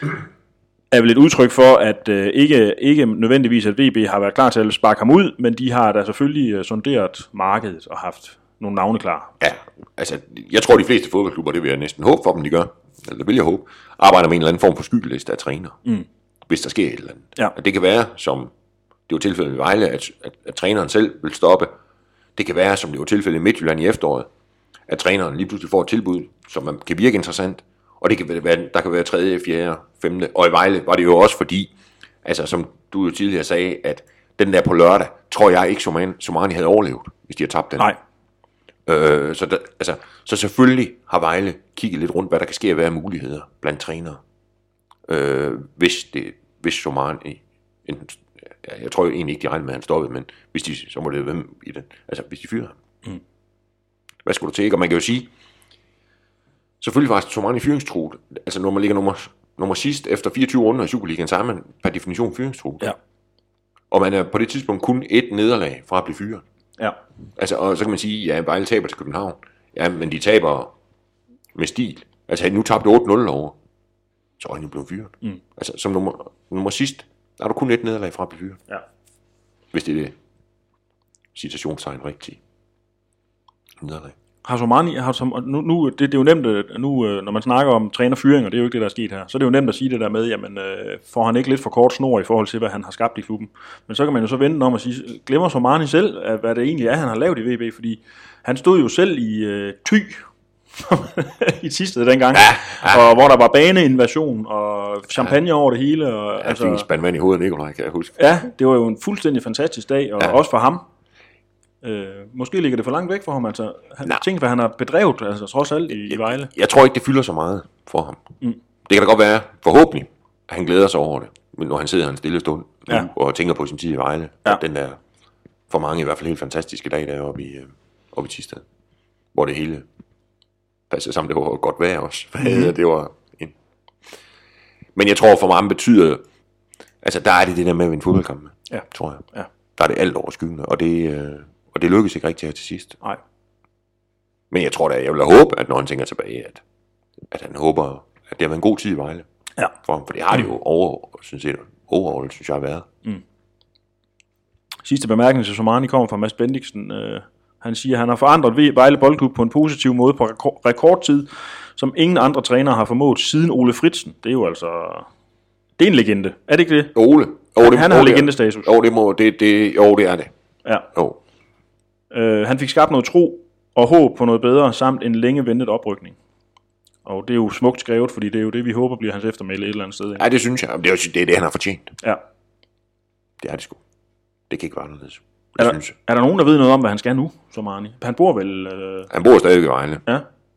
[SPEAKER 1] er vel et udtryk for, at øh, ikke, ikke nødvendigvis, at V B har været klar til at sparke ham ud, men de har da selvfølgelig øh, sonderet markedet og haft nogle navne klar.
[SPEAKER 2] Ja, altså, jeg tror, de fleste fodboldklubber, det vil jeg næsten håbe for dem, de gør, eller det vil jeg håbe, arbejder med en eller anden form for skyldeliste af træner, mm. hvis der sker et eller andet.
[SPEAKER 1] Ja.
[SPEAKER 2] Og det kan være, som det var tilfældet i Vejle, at, at, at træneren selv vil stoppe. Det kan være, som det var tilfældet i Midtjylland i efteråret, at træneren lige pludselig får et tilbud, som kan virke interessant, og det kan være, der kan være tredje, fjerde, femte, og i Vejle var det jo også fordi, altså som du jo tidligere sagde, at den der på lørdag, tror jeg ikke, Somani havde overlevet, hvis de havde tabt den.
[SPEAKER 1] Nej.
[SPEAKER 2] Øh, så, der, altså, så selvfølgelig har Vejle kigget lidt rundt, hvad der kan ske af hver muligheder blandt trænere, øh, hvis, det, hvis Somani, enten, jeg tror jo egentlig ikke, de regner med, at han stoppede, men hvis de, så må det være i den, altså hvis de fyrer ham. Mm. Hvad skulle du til? Og man kan jo sige, selvfølgelig var Somani fyringstruet. Altså når man ligger nummer, nummer sidst efter fireogtyve runder i Superligaen, så er man per definition fyringstruet.
[SPEAKER 1] Ja.
[SPEAKER 2] Og man er på det tidspunkt kun et nederlag fra at blive fyret.
[SPEAKER 1] Ja.
[SPEAKER 2] Altså, og så kan man sige, ja, Vejle taber til København. Ja, men de taber med stil. Altså, nu tabte otte nul over. Så er han jo blevet fyret. Mm. Altså, som nummer, nummer sidst, der er du kun et nederlag fra at blive fyret.
[SPEAKER 1] Ja.
[SPEAKER 2] Hvis det er det citationstegn rigtigt. Nederlag.
[SPEAKER 1] Har Somani, har som, nu, nu det, det er jo nemt, nu, når man snakker om trænerfyring, og det er jo ikke det, der er sket her, så er det jo nemt at sige det der med, jamen, øh, får han ikke lidt for kort snor i forhold til, hvad han har skabt i klubben. Men så kan man jo så vente om at sige, glemmer Somani selv, at, hvad det egentlig er, han har lavet i V B, fordi han stod jo selv i øh, Thy, i Thisted dengang, ja, ja. Og hvor der var baneinvasion og champagne ja. over det hele. Og,
[SPEAKER 2] ja, altså, en spand vand i hovedet, Nikolaj, kan jeg huske.
[SPEAKER 1] Ja, det var jo en fuldstændig fantastisk dag, og ja. også for ham. Øh, måske ligger det for langt væk for ham, altså han tænker, hvad han har bedrevet, altså trods alt i, i Vejle.
[SPEAKER 2] Jeg, jeg tror ikke, det fylder så meget for ham. Mm. Det kan da godt være, forhåbentlig, at han glæder sig over det, men når han sidder i en stille stund ja. og tænker på sin tid i Vejle, ja. den der, for mange i hvert fald helt fantastiske dag deroppe i, oppe i Thisted, hvor det hele passede sammen, det var godt vejr også. Mm. det var en... Men jeg tror for mig betyder, altså der er det det der med at vinde fodboldkampe, ja. tror jeg. Ja. Der er det alt overskyggende, og det... Øh, Og det lykkedes ikke rigtig her til sidst.
[SPEAKER 1] Nej.
[SPEAKER 2] Men jeg tror da, jeg vil håbe, at når han tænker tilbage, at, at han håber, at det har været en god tid i Vejle.
[SPEAKER 1] Ja.
[SPEAKER 2] For ham, for det har det jo over, synes jeg, overall, synes jeg, har været. Mm.
[SPEAKER 1] Sidste bemærkning til Somani kommer fra Mads Bendiksen. Uh, han siger, at han har forandret Vejle Boldklub på en positiv måde på rekordtid, som ingen andre trænere har formået siden Ole Fritzen. Det er jo altså... Det er en legende. Er det ikke det?
[SPEAKER 2] Ole. Jo, det
[SPEAKER 1] han har legendestatus.
[SPEAKER 2] Jo, det må, det, det, jo, det er det.
[SPEAKER 1] Ja.
[SPEAKER 2] Jo.
[SPEAKER 1] Uh, han fik skabt noget tro og håb på noget bedre, samt en længe ventet oprykning. Og det er jo smukt skrevet, fordi det er jo det, vi håber bliver hans eftermæle et eller andet sted. Ikke?
[SPEAKER 2] Ja, det synes jeg. Det er jo det, er det han har fortjent.
[SPEAKER 1] Ja.
[SPEAKER 2] Det er det sgu. Det kan ikke være anderledes.
[SPEAKER 1] Er der, er der nogen, der ved noget om, hvad han skal nu, Somani? Han bor vel... Øh...
[SPEAKER 2] Han bor stadig i Vejle.
[SPEAKER 1] Ja.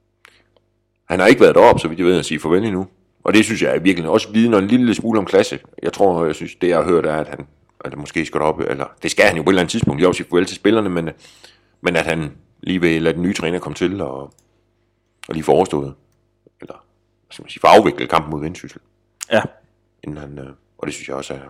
[SPEAKER 2] Han har ikke været deroppe, så vidt jeg ved, at sige farvel endnu. Og det synes jeg er virkelig også viden og en lille smule om klasse. Jeg tror, jeg synes, det jeg har hørt er, at han at det måske skal deroppe, eller det skal han jo på et eller andet tidspunkt, lige også sige farvel til spillerne, men, men at han lige vil lade den nye træner komme til og, og lige få overstået, eller hvad skal man sige, for afvikle kampen mod Vendsyssel.
[SPEAKER 1] Ja.
[SPEAKER 2] Inden han, og det synes jeg også er,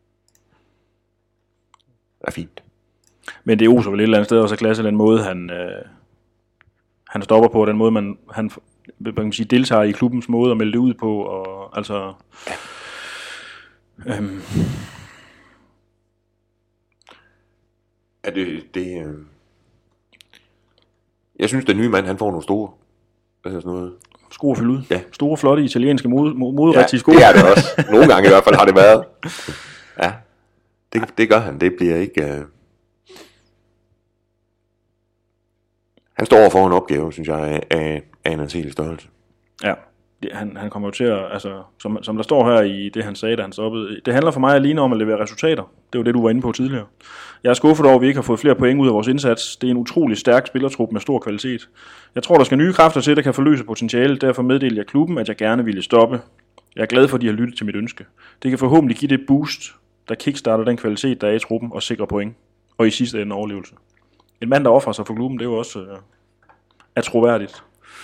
[SPEAKER 2] er fint.
[SPEAKER 1] Men det oser vel et eller andet sted også af klasse, den måde han, øh, han stopper på, den måde man, han man kan sige, deltager i klubbens måde at melde det ud på, og altså... Ja. Øhm,
[SPEAKER 2] er det... det øh... Jeg synes, den nye mand, han får nogle store... Hvad hedder sådan noget?
[SPEAKER 1] Sko at fylde ud.
[SPEAKER 2] Ja.
[SPEAKER 1] Store, flotte italienske mode, moderigtige
[SPEAKER 2] ja,
[SPEAKER 1] sko.
[SPEAKER 2] det er det også. Nogle gange i hvert fald har det været. Ja, det, det gør han. Det bliver ikke... Uh... Han står over for en opgave, synes jeg, af, af, af en anselig størrelse.
[SPEAKER 1] Ja, det, han, han kommer jo til at... Altså, som, som der står her i det, han sagde, da han stoppede. Det handler for mig alene om at levere resultater. Det var det, du var inde på tidligere. Jeg er skuffet over, at vi ikke har fået flere point ud af vores indsats. Det er en utrolig stærk spillertrup med stor kvalitet. Jeg tror, der skal nye kræfter til, der kan forløse potentiale. Derfor meddelte jeg klubben, at jeg gerne ville stoppe. Jeg er glad for, at de har lyttet til mit ønske. Det kan forhåbentlig give det boost, der kickstarter den kvalitet, der er i truppen, og sikrer point. Og i sidste ende overlevelse. En mand, der offrer sig for klubben, det er jo også øh, er troværdigt.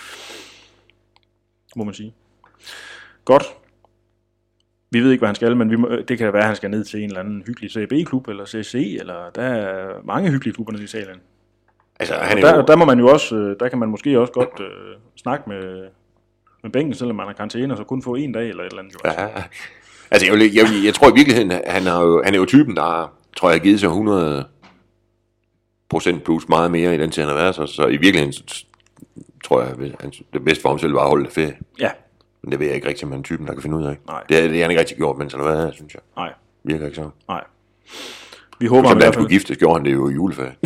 [SPEAKER 1] Må man sige. Godt. Vi ved ikke, hvad han skal, men vi må, det kan være, at han skal ned til en eller anden hyggelig C B-klub, eller C C, eller der er mange hyggelige klubber nede i Italien.
[SPEAKER 2] Altså, han er
[SPEAKER 1] der,
[SPEAKER 2] jo...
[SPEAKER 1] der må man jo også, der kan man måske også godt øh, snakke med, med bænken, selvom man har karantæne, og så kun få en dag, eller et eller andet. Jo.
[SPEAKER 2] Ja, altså, jeg, jeg, jeg, jeg tror i virkeligheden, han, har jo, han er jo typen, der tror jeg har givet sig hundrede procent plus meget mere i den tid, han har været, så, så i virkeligheden, så, tror jeg, at det bedste for ham selv var at holde det ferie.
[SPEAKER 1] Ja.
[SPEAKER 2] Men det ved jeg ikke rigtig, om han er typen, der kan finde ud af.
[SPEAKER 1] Nej.
[SPEAKER 2] Det, det har han ikke rigtig gjort, mens han har været her, synes jeg.
[SPEAKER 1] Nej.
[SPEAKER 2] Virker ikke så.
[SPEAKER 1] Nej. Vi håber,
[SPEAKER 2] han, han skulle giftes, gjorde han det jo i juleferie.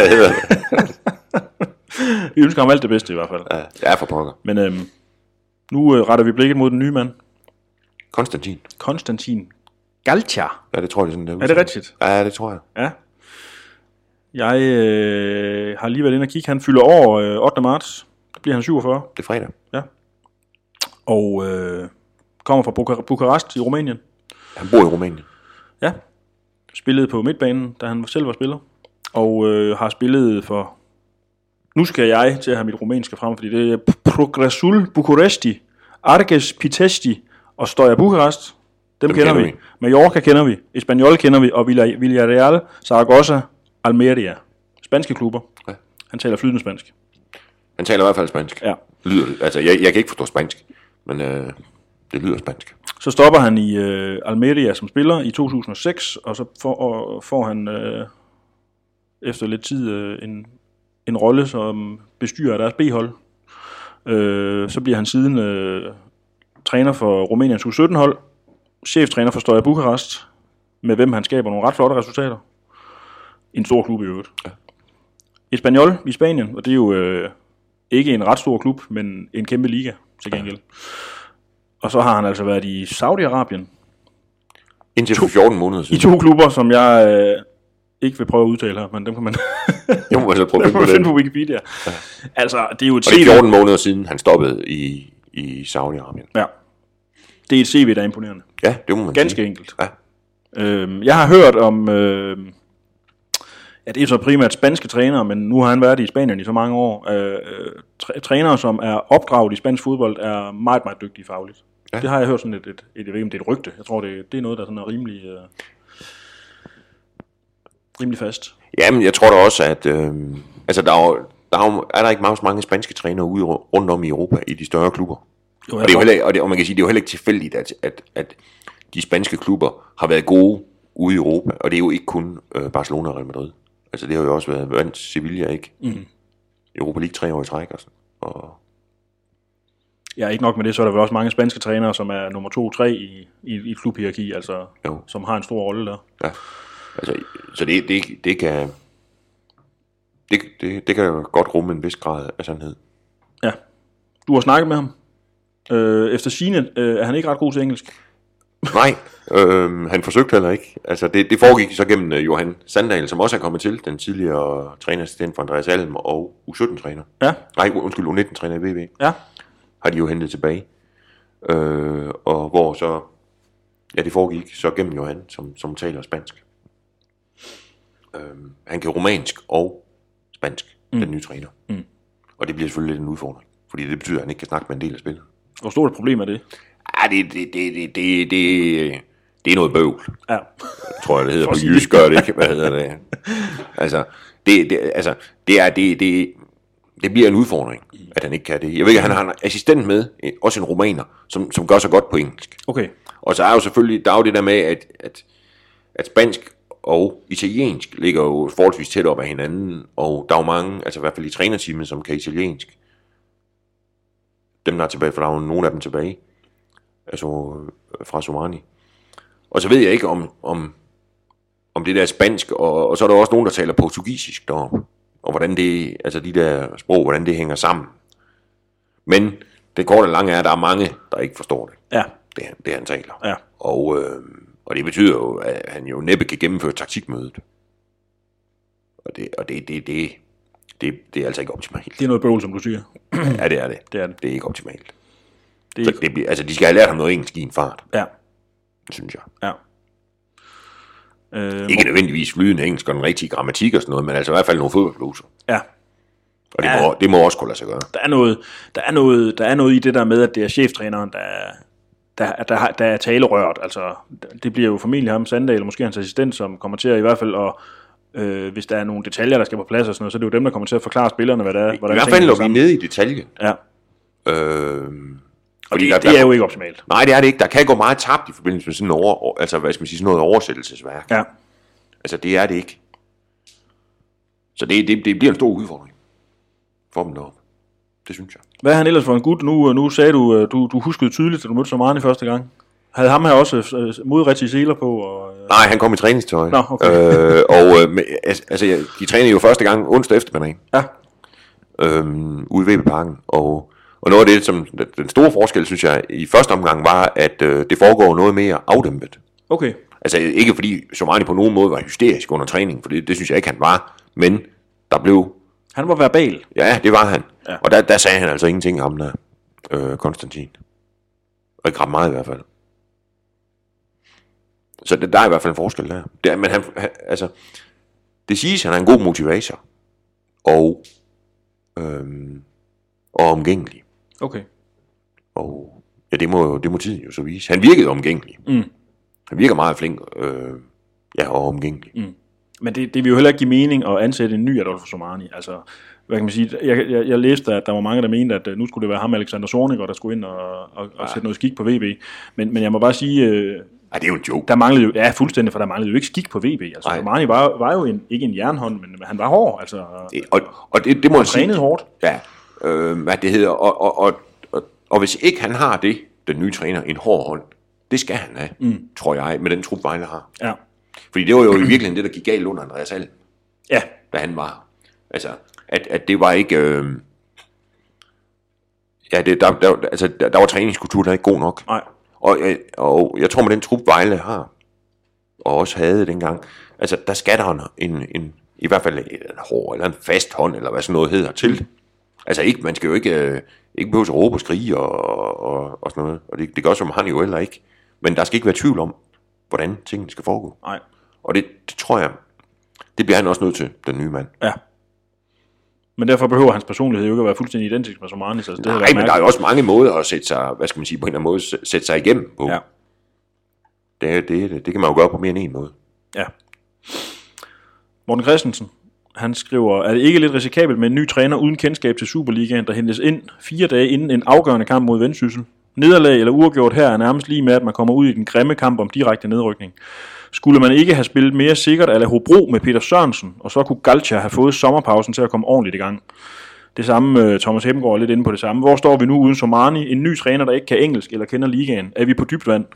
[SPEAKER 1] Vi ønsker ham alt det bedste i hvert fald.
[SPEAKER 2] Ja, det er for pokker.
[SPEAKER 1] Men øhm, nu øh, retter vi blikket mod den nye mand.
[SPEAKER 2] Konstantin.
[SPEAKER 1] Konstantin Galcha.
[SPEAKER 2] Ja, det tror jeg, det er sådan,
[SPEAKER 1] Er det rigtigt?
[SPEAKER 2] Ja, det tror jeg.
[SPEAKER 1] Ja. Jeg øh, har lige været inde og kigge. Han fylder år øh, ottende marts. Der bliver han syvogfyrre.
[SPEAKER 2] Det er fredag.
[SPEAKER 1] Ja. Og øh, kommer fra Buka- Bukarest i Rumænien.
[SPEAKER 2] Han bor i Rumænien.
[SPEAKER 1] Ja. Spillede på midtbanen, da han selv var spiller. Og øh, har spillet for... Nu skal jeg til at have mit rumænske frem, fordi det er Progresul Bucuresti, Arges Pitești og Steaua Bukarest. Dem, Dem kender, kender vi. vi. Mallorca kender vi. Espanyol kender vi. Og Villarreal, Zaragoza, Almeria. Spanske klubber. Ja. Han taler flydende spansk.
[SPEAKER 2] Han taler i hvert fald spansk.
[SPEAKER 1] Ja.
[SPEAKER 2] Lyder, altså, jeg, jeg kan ikke forstå spansk, men øh, det lyder spansk.
[SPEAKER 1] Så stopper han i øh, Almeria som spiller i to tusind og seks, og så får, og får han øh, efter lidt tid øh, en, en rolle som bestyrer deres B-hold. Øh, så bliver han siden øh, træner for Rumæniens U sytten-hold, cheftræner for Steaua Bukarest, med hvem han skaber nogle ret flotte resultater. En stor klub i øvrigt. Ja. Espanyol i Spanien, og det er jo øh, ikke en ret stor klub, men en kæmpe liga til gengæld. Og så har han altså været i Saudi-Arabien.
[SPEAKER 2] Indtil for fjorten måneder siden.
[SPEAKER 1] I to klubber, som jeg øh, ikke vil prøve at udtale her, men dem kan man
[SPEAKER 2] jo, må altså prøve
[SPEAKER 1] at finde på Wikipedia. Ja. Altså, det er jo et
[SPEAKER 2] C V. Og det er fjorten måneder siden, han stoppede i, i Saudi-Arabien.
[SPEAKER 1] Ja. Det er et C V, der er imponerende.
[SPEAKER 2] Ja, det må man
[SPEAKER 1] Ganske
[SPEAKER 2] sige.
[SPEAKER 1] enkelt.
[SPEAKER 2] Ja.
[SPEAKER 1] Øhm, jeg har hørt om... Øh, ja, det er så primært spanske trænere, men nu har han været i Spanien i så mange år. Øh, træ- trænere, som er opdraget i spansk fodbold, er meget, meget dygtige fagligt. Ja. Det har jeg hørt sådan et, et, et, et, jeg ved ikke, om det er et rygte. Jeg tror, det, det er noget, der sådan er rimelig, øh, rimelig fast.
[SPEAKER 2] Jamen, jeg tror da også, at øh, altså, der, er, der er, er der ikke meget mange spanske trænere ude rundt om i Europa, i de større klubber. Jo, og, det er jo heller, og, det, og man kan sige, det er jo heller ikke tilfældigt, at, at, at de spanske klubber har været gode ude i Europa, og det er jo ikke kun øh, Barcelona og Real Madrid. Altså, det har jo også været vandt Sevilla, ikke? Mm. Europa League tre år i træk, og sådan. Og
[SPEAKER 1] ja, ikke nok med det, så er der vel også mange spanske trænere, som er nummer to tre i, i, i klubhierarki, altså, jo. Som har en stor rolle der.
[SPEAKER 2] Ja, altså, så det, det, det kan det, det, det kan jo godt rumme en vis grad af sandhed.
[SPEAKER 1] Ja, du har snakket med ham. Øh, efter sigende øh, er han ikke ret god til engelsk.
[SPEAKER 2] Nej, øh, han forsøgte heller ikke. Altså, det, det foregik så gennem uh, Johan Sandahl, som også er kommet til, den tidligere trænerassistent for Andreas Alm og U sytten-træner. Ja. Nej, undskyld, U nitten-træner i V V.
[SPEAKER 1] Ja.
[SPEAKER 2] Har de jo hentet tilbage. Øh, og hvor så, ja, det foregik så gennem Johan, som, som taler spansk. Øh, han kan romansk og spansk, mm. den nye træner. Mm. Og det bliver selvfølgelig lidt en udfordring, fordi det betyder, at han ikke kan snakke med en del af spillet.
[SPEAKER 1] Hvor stort et problem er det?
[SPEAKER 2] Ja, det, det, det, det, det, det, det er noget bøvl.
[SPEAKER 1] Ja.
[SPEAKER 2] Tror jeg, det hedder på jysk, gør det ikke? Hvad hedder det? Altså, det, det, altså, det, er, det, det, det bliver en udfordring. at han ikke kan det. Jeg ved ikke, han har en assistent med, også en romaner, som, som gør så godt på engelsk.
[SPEAKER 1] Okay.
[SPEAKER 2] Og så er jo selvfølgelig, der er jo det der med, at, at, at spansk og italiensk ligger jo forholdsvis tæt op af hinanden, og der er jo mange, altså i hvert fald i trænerteamet, som kan italiensk. Dem, der er tilbage, for der er jo nogle af dem tilbage, altså fra Somani. Og så ved jeg ikke om, om, om det der spansk, og, og så er der også nogen, der taler portugisisk deroppe, og hvordan det, altså de der sprog, hvordan det hænger sammen. Men det korte og lange er, at der er mange, der ikke forstår det.
[SPEAKER 1] Ja.
[SPEAKER 2] Det, det han taler.
[SPEAKER 1] Ja.
[SPEAKER 2] Og, øh, og det betyder jo, at han jo næppe kan gennemføre taktikmødet. Og det, og det, det, det, det, det er altså ikke optimalt.
[SPEAKER 1] Det er noget bøvl, som du siger.
[SPEAKER 2] Ja, det er det.
[SPEAKER 1] Det er det.
[SPEAKER 2] Det er ikke optimalt.
[SPEAKER 1] Det er
[SPEAKER 2] Så
[SPEAKER 1] ikke...
[SPEAKER 2] det bliver, altså, de skal have lært ham noget engelsk i en fart.
[SPEAKER 1] Ja.
[SPEAKER 2] Synes jeg.
[SPEAKER 1] Ja. Øh,
[SPEAKER 2] Ikke nødvendigvis flydende engelsk og den rigtige grammatik og sådan noget, men altså i hvert fald nogle fodboldbluser.
[SPEAKER 1] Ja.
[SPEAKER 2] Og det,
[SPEAKER 1] Ja.
[SPEAKER 2] må, det må også kunne lade sig gøre.
[SPEAKER 1] Der er noget, der er noget, der er noget i det der med, at det er cheftræneren, der der, der, der, der er talerørt. Altså, det bliver jo formentlig ham, Sandal, eller måske hans assistent, som kommer til at i hvert fald, og øh, hvis der er nogle detaljer, der skal på plads og sådan noget, så er det jo dem, der kommer til at forklare spillerne, hvad der er.
[SPEAKER 2] I hvert fald lå vi nede i detaljen.
[SPEAKER 1] Ja.
[SPEAKER 2] Øh,
[SPEAKER 1] Og det,
[SPEAKER 2] der,
[SPEAKER 1] det er jo ikke optimalt.
[SPEAKER 2] Nej, det er det ikke. Der kan gå meget tabt i forbindelse med sådan over, altså, hvad skal man sige, sådan noget oversættelsesværk.
[SPEAKER 1] Ja.
[SPEAKER 2] Altså, det er det ikke. Så det, det, det bliver en stor udfordring for dem deroppe. Det synes jeg.
[SPEAKER 1] Hvad er han ellers for en gut? Nu, nu sagde du, du, du huskede tydeligt, at du mødte Somani første gang. Havde ham her også øh, modrigtige seler på? Og, øh...
[SPEAKER 2] Nej, han kom i træningstøj.
[SPEAKER 1] Nå, okay.
[SPEAKER 2] øh, og øh, med, altså, de trænede jo første gang onsdag eftermiddag.
[SPEAKER 1] Ja.
[SPEAKER 2] Øhm, ude i V B-parken. Og, og noget af det, som den store forskel, synes jeg, i første omgang var, at øh, det foregår noget mere afdæmpet.
[SPEAKER 1] Okay.
[SPEAKER 2] Altså ikke fordi Somani på nogen måde var hysterisk under træning, for det, det synes jeg ikke, han var. Men der blev...
[SPEAKER 1] Han var verbal.
[SPEAKER 2] Ja, det var han.
[SPEAKER 1] Ja.
[SPEAKER 2] Og der, der sagde han altså ingenting om der, øh, Konstantin. Og ikke ret meget i hvert fald. Så det, der er i hvert fald en forskel der. Det er, men han, han, altså, det siges, at han er en god motivator. Og, øhm, og omgængelig.
[SPEAKER 1] Okay.
[SPEAKER 2] Og ja, det må, det må tiden jo så vise. Han virkede omgængelig.
[SPEAKER 1] Mm.
[SPEAKER 2] Han virker meget flink øh, ja, og omgængelig.
[SPEAKER 1] Mm. Men det, det vil jo heller ikke give mening at ansætte en ny Adolfo Somani. Altså, hvad kan man sige? Jeg, jeg, jeg læste, at der var mange, der mente, at nu skulle det være ham, Alexander Zorniger, der skulle ind og, og, og
[SPEAKER 2] ja.
[SPEAKER 1] sætte noget skik på V B. Men, men jeg må bare sige... Øh,
[SPEAKER 2] Ej, det er jo en joke.
[SPEAKER 1] Der manglede jo, ja, fuldstændig, for der manglede jo ikke skik på V B. Altså, Somani var, var jo en, ikke en jernhånd, men han var hård. Altså,
[SPEAKER 2] det, og, og det, det må
[SPEAKER 1] han trænede hårdt.
[SPEAKER 2] Ja, øh, hvad det hedder. Og, og, og, og, og hvis ikke han har det, den nye træner, en hård hånd, det skal han have, mm. tror jeg, med den trup, Vejle har.
[SPEAKER 1] Ja.
[SPEAKER 2] Fordi det var jo i virkeligheden det, der gik galt under Andreas Alm.
[SPEAKER 1] Ja.
[SPEAKER 2] Da han var. Altså, at, at det var ikke... Øh, ja, det, der, der, altså, der, der var træningskultur, der er ikke god nok.
[SPEAKER 1] Nej.
[SPEAKER 2] Og, og jeg tror, med den trup, Vejle har, og også havde dengang, altså, der skal der en, en i hvert fald en hård, eller en fast hånd, eller hvad sådan noget hedder til. Altså, ikke, man skal jo ikke, øh, ikke behøve at råbe og skrige, og, og, og sådan noget. Og det, det gør som han jo heller ikke. Men der skal ikke være tvivl om, hvordan tingene skal foregå.
[SPEAKER 1] Nej.
[SPEAKER 2] Og det, det tror jeg, det bliver han også nødt til, den nye mand.
[SPEAKER 1] Ja. Men derfor behøver hans personlighed jo ikke at være fuldstændig identisk med Somani. Så det
[SPEAKER 2] Nej, men der er jo også mange måder at sætte sig, hvad skal man sige, på en eller anden måde, sætte sig igennem på.
[SPEAKER 1] Ja.
[SPEAKER 2] Det, det, det, det kan man jo gøre på mere end en måde.
[SPEAKER 1] Ja. Morten Christensen, han skriver, er det ikke lidt risikabelt med en ny træner uden kendskab til Superligaen, der hentes ind fire dage inden en afgørende kamp mod Vendsyssel? Nederlag eller uafgjort her er nærmest lige med, at man kommer ud i den grimme kamp om direkte nedrykning. Skulle man ikke have spillet mere sikkert eller Hobro med Peter Sørensen, og så kunne Galcha have fået sommerpausen til at komme ordentligt i gang? Det samme, Thomas Hemgaard er lidt inde på det samme. Hvor står vi nu uden Somani, en ny træner, der ikke kan engelsk eller kender ligaen? Er vi på dybt vand?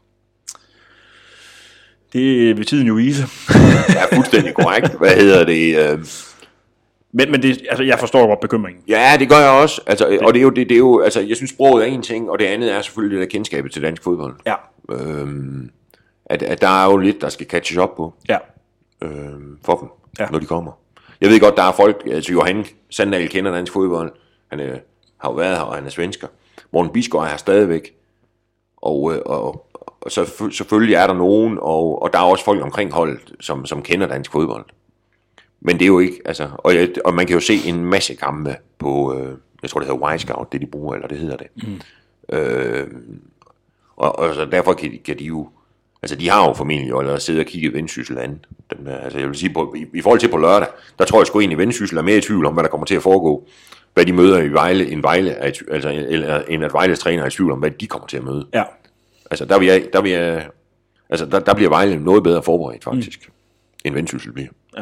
[SPEAKER 1] Det vil tiden jo vise.
[SPEAKER 2] Det er fuldstændig korrekt. Hvad hedder det? Øh...
[SPEAKER 1] Men, men det, altså, jeg forstår godt bekymringen.
[SPEAKER 2] Ja, det gør jeg også. Altså, og det er jo, det, det er jo, altså, jeg synes, sproget er en ting, og det andet er selvfølgelig det der kendskabet til dansk fodbold.
[SPEAKER 1] Ja.
[SPEAKER 2] Øhm, at, at der er jo lidt, der skal catches op på.
[SPEAKER 1] Ja.
[SPEAKER 2] Øhm, for dem,
[SPEAKER 1] ja.
[SPEAKER 2] når de kommer. Jeg ved godt, der er folk, altså Johan Sandal kender dansk fodbold. Han er, har jo været her, og han er svensker. Morten Bisgaard er her stadigvæk. Og, og, og så, selvfølgelig er der nogen, og, og der er også folk omkring holdet, som, som kender dansk fodbold. Men det er jo ikke, altså, og, jeg, og man kan jo se en masse kampe på, øh, jeg tror det hedder Wisecout, det de bruger, eller det hedder det. Mm. Øh, og, og så derfor kan de, kan de jo, altså de har jo formentlig jo allerede siddet og kigget Vendsyssel an. Den, altså jeg vil sige, på, i, i forhold til på lørdag, der tror jeg sgu egentlig, at Vendsyssel er mere i tvivl om, hvad der kommer til at foregå. hvad de møder i Vejle, en Vejle er, i- altså, eller en at Vejles træner er i tvivl om, hvad de kommer til at møde.
[SPEAKER 1] Ja.
[SPEAKER 2] Altså, der, vil jeg, der, vil jeg, altså, der, der bliver Vejle noget bedre forberedt, faktisk, mm. end Vendsyssel bliver.
[SPEAKER 1] Ja.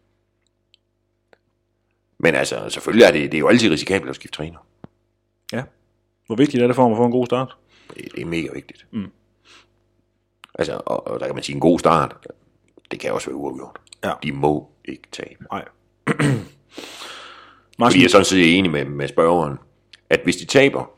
[SPEAKER 2] Men altså, selvfølgelig er det, det er jo altid risikabelt at skifte træner.
[SPEAKER 1] Ja. Hvor vigtigt er det for ham at få en god start?
[SPEAKER 2] Det, det er mega vigtigt.
[SPEAKER 1] Mm.
[SPEAKER 2] Altså, og, og der kan man sige, en god start, det kan også være uafgjort.
[SPEAKER 1] Ja.
[SPEAKER 2] De må ikke tabe.
[SPEAKER 1] Nej.
[SPEAKER 2] Fordi jeg er sådan set enig med, med spørgeren, at hvis de taber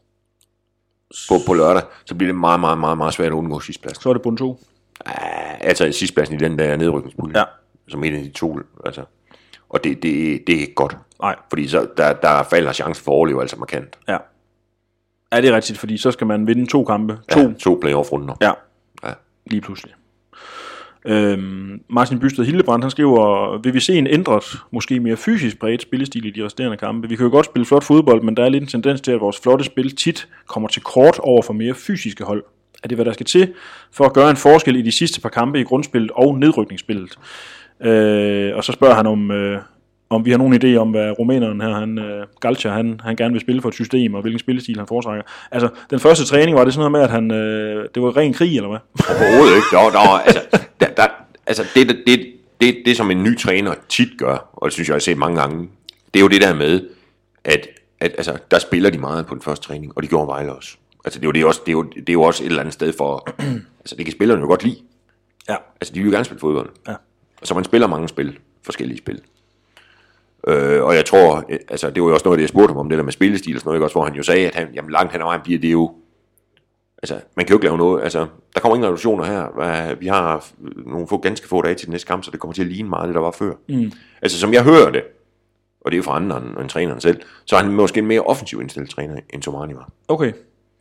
[SPEAKER 2] på, på lørdag, så bliver det meget, meget, meget, meget svært at undgå sidstpladsen.
[SPEAKER 1] Så er det bund to.
[SPEAKER 2] Ah, altså sidstpladsen i den der nedrykningspulje,
[SPEAKER 1] Ja.
[SPEAKER 2] som en af de to. Altså. Og det, det, det er ikke godt.
[SPEAKER 1] Nej.
[SPEAKER 2] Fordi så, der, der falder chance for at overleve altså markant.
[SPEAKER 1] Ja. Ja, det er rigtigt, fordi så skal man vinde to kampe. To.
[SPEAKER 2] Ja, to playoff-runder.
[SPEAKER 1] Ja.
[SPEAKER 2] Ja.
[SPEAKER 1] Lige pludselig. Øhm, Martin Bysted Hildebrandt, han skriver, vil vi se en ændret, måske mere fysisk præget spillestil i de resterende kampe? Vi kan jo godt spille flot fodbold, men der er lidt en tendens til, at vores flotte spil tit kommer til kort over for mere fysiske hold. Er det, hvad der skal til for at gøre en forskel i de sidste par kampe i grundspillet og nedrykningsspillet? Øh, og så spørger han om, øh, om vi har nogen idé om, hvad rumæneren her, han, øh, Galcha, han, han gerne vil spille for et system, og hvilken spillestil han foretrækker. Altså, den første træning, var det sådan noget med, at han, øh, det var ren krig, eller hvad?
[SPEAKER 2] Overhovedet ikke. Der, der, altså, der, der, altså det, det, det, det, det, som en ny træner tit gør, og det synes jeg, jeg har set mange gange, det er jo det der med, at, at altså, der spiller de meget på den første træning, og de gjorde Vejle også. Altså, det er jo, det er også, det er jo, det er jo også et eller andet sted for, altså det kan spillerne jo godt lide.
[SPEAKER 1] Ja.
[SPEAKER 2] Altså, de vil jo gerne spille fodbold.
[SPEAKER 1] Ja.
[SPEAKER 2] Så man spiller mange spil, forskellige spil. Øh, og jeg tror, altså det var jo også noget af det, jeg spurgte ham om, det der med spillestil og sådan noget, ikke? Også, hvor han jo sagde, at han, jamen, langt hen ad vejen bliver det jo, altså man kan jo ikke lave noget, altså der kommer ingen reduktioner her, vi har nogle få, ganske få dage til den næste kamp, så det kommer til at ligne meget det, der var før. Mm. Altså som jeg hører det, og det er jo fra andre end træneren selv, så er han måske en mere offensiv indstillet træner, end Tomani var.
[SPEAKER 1] Okay.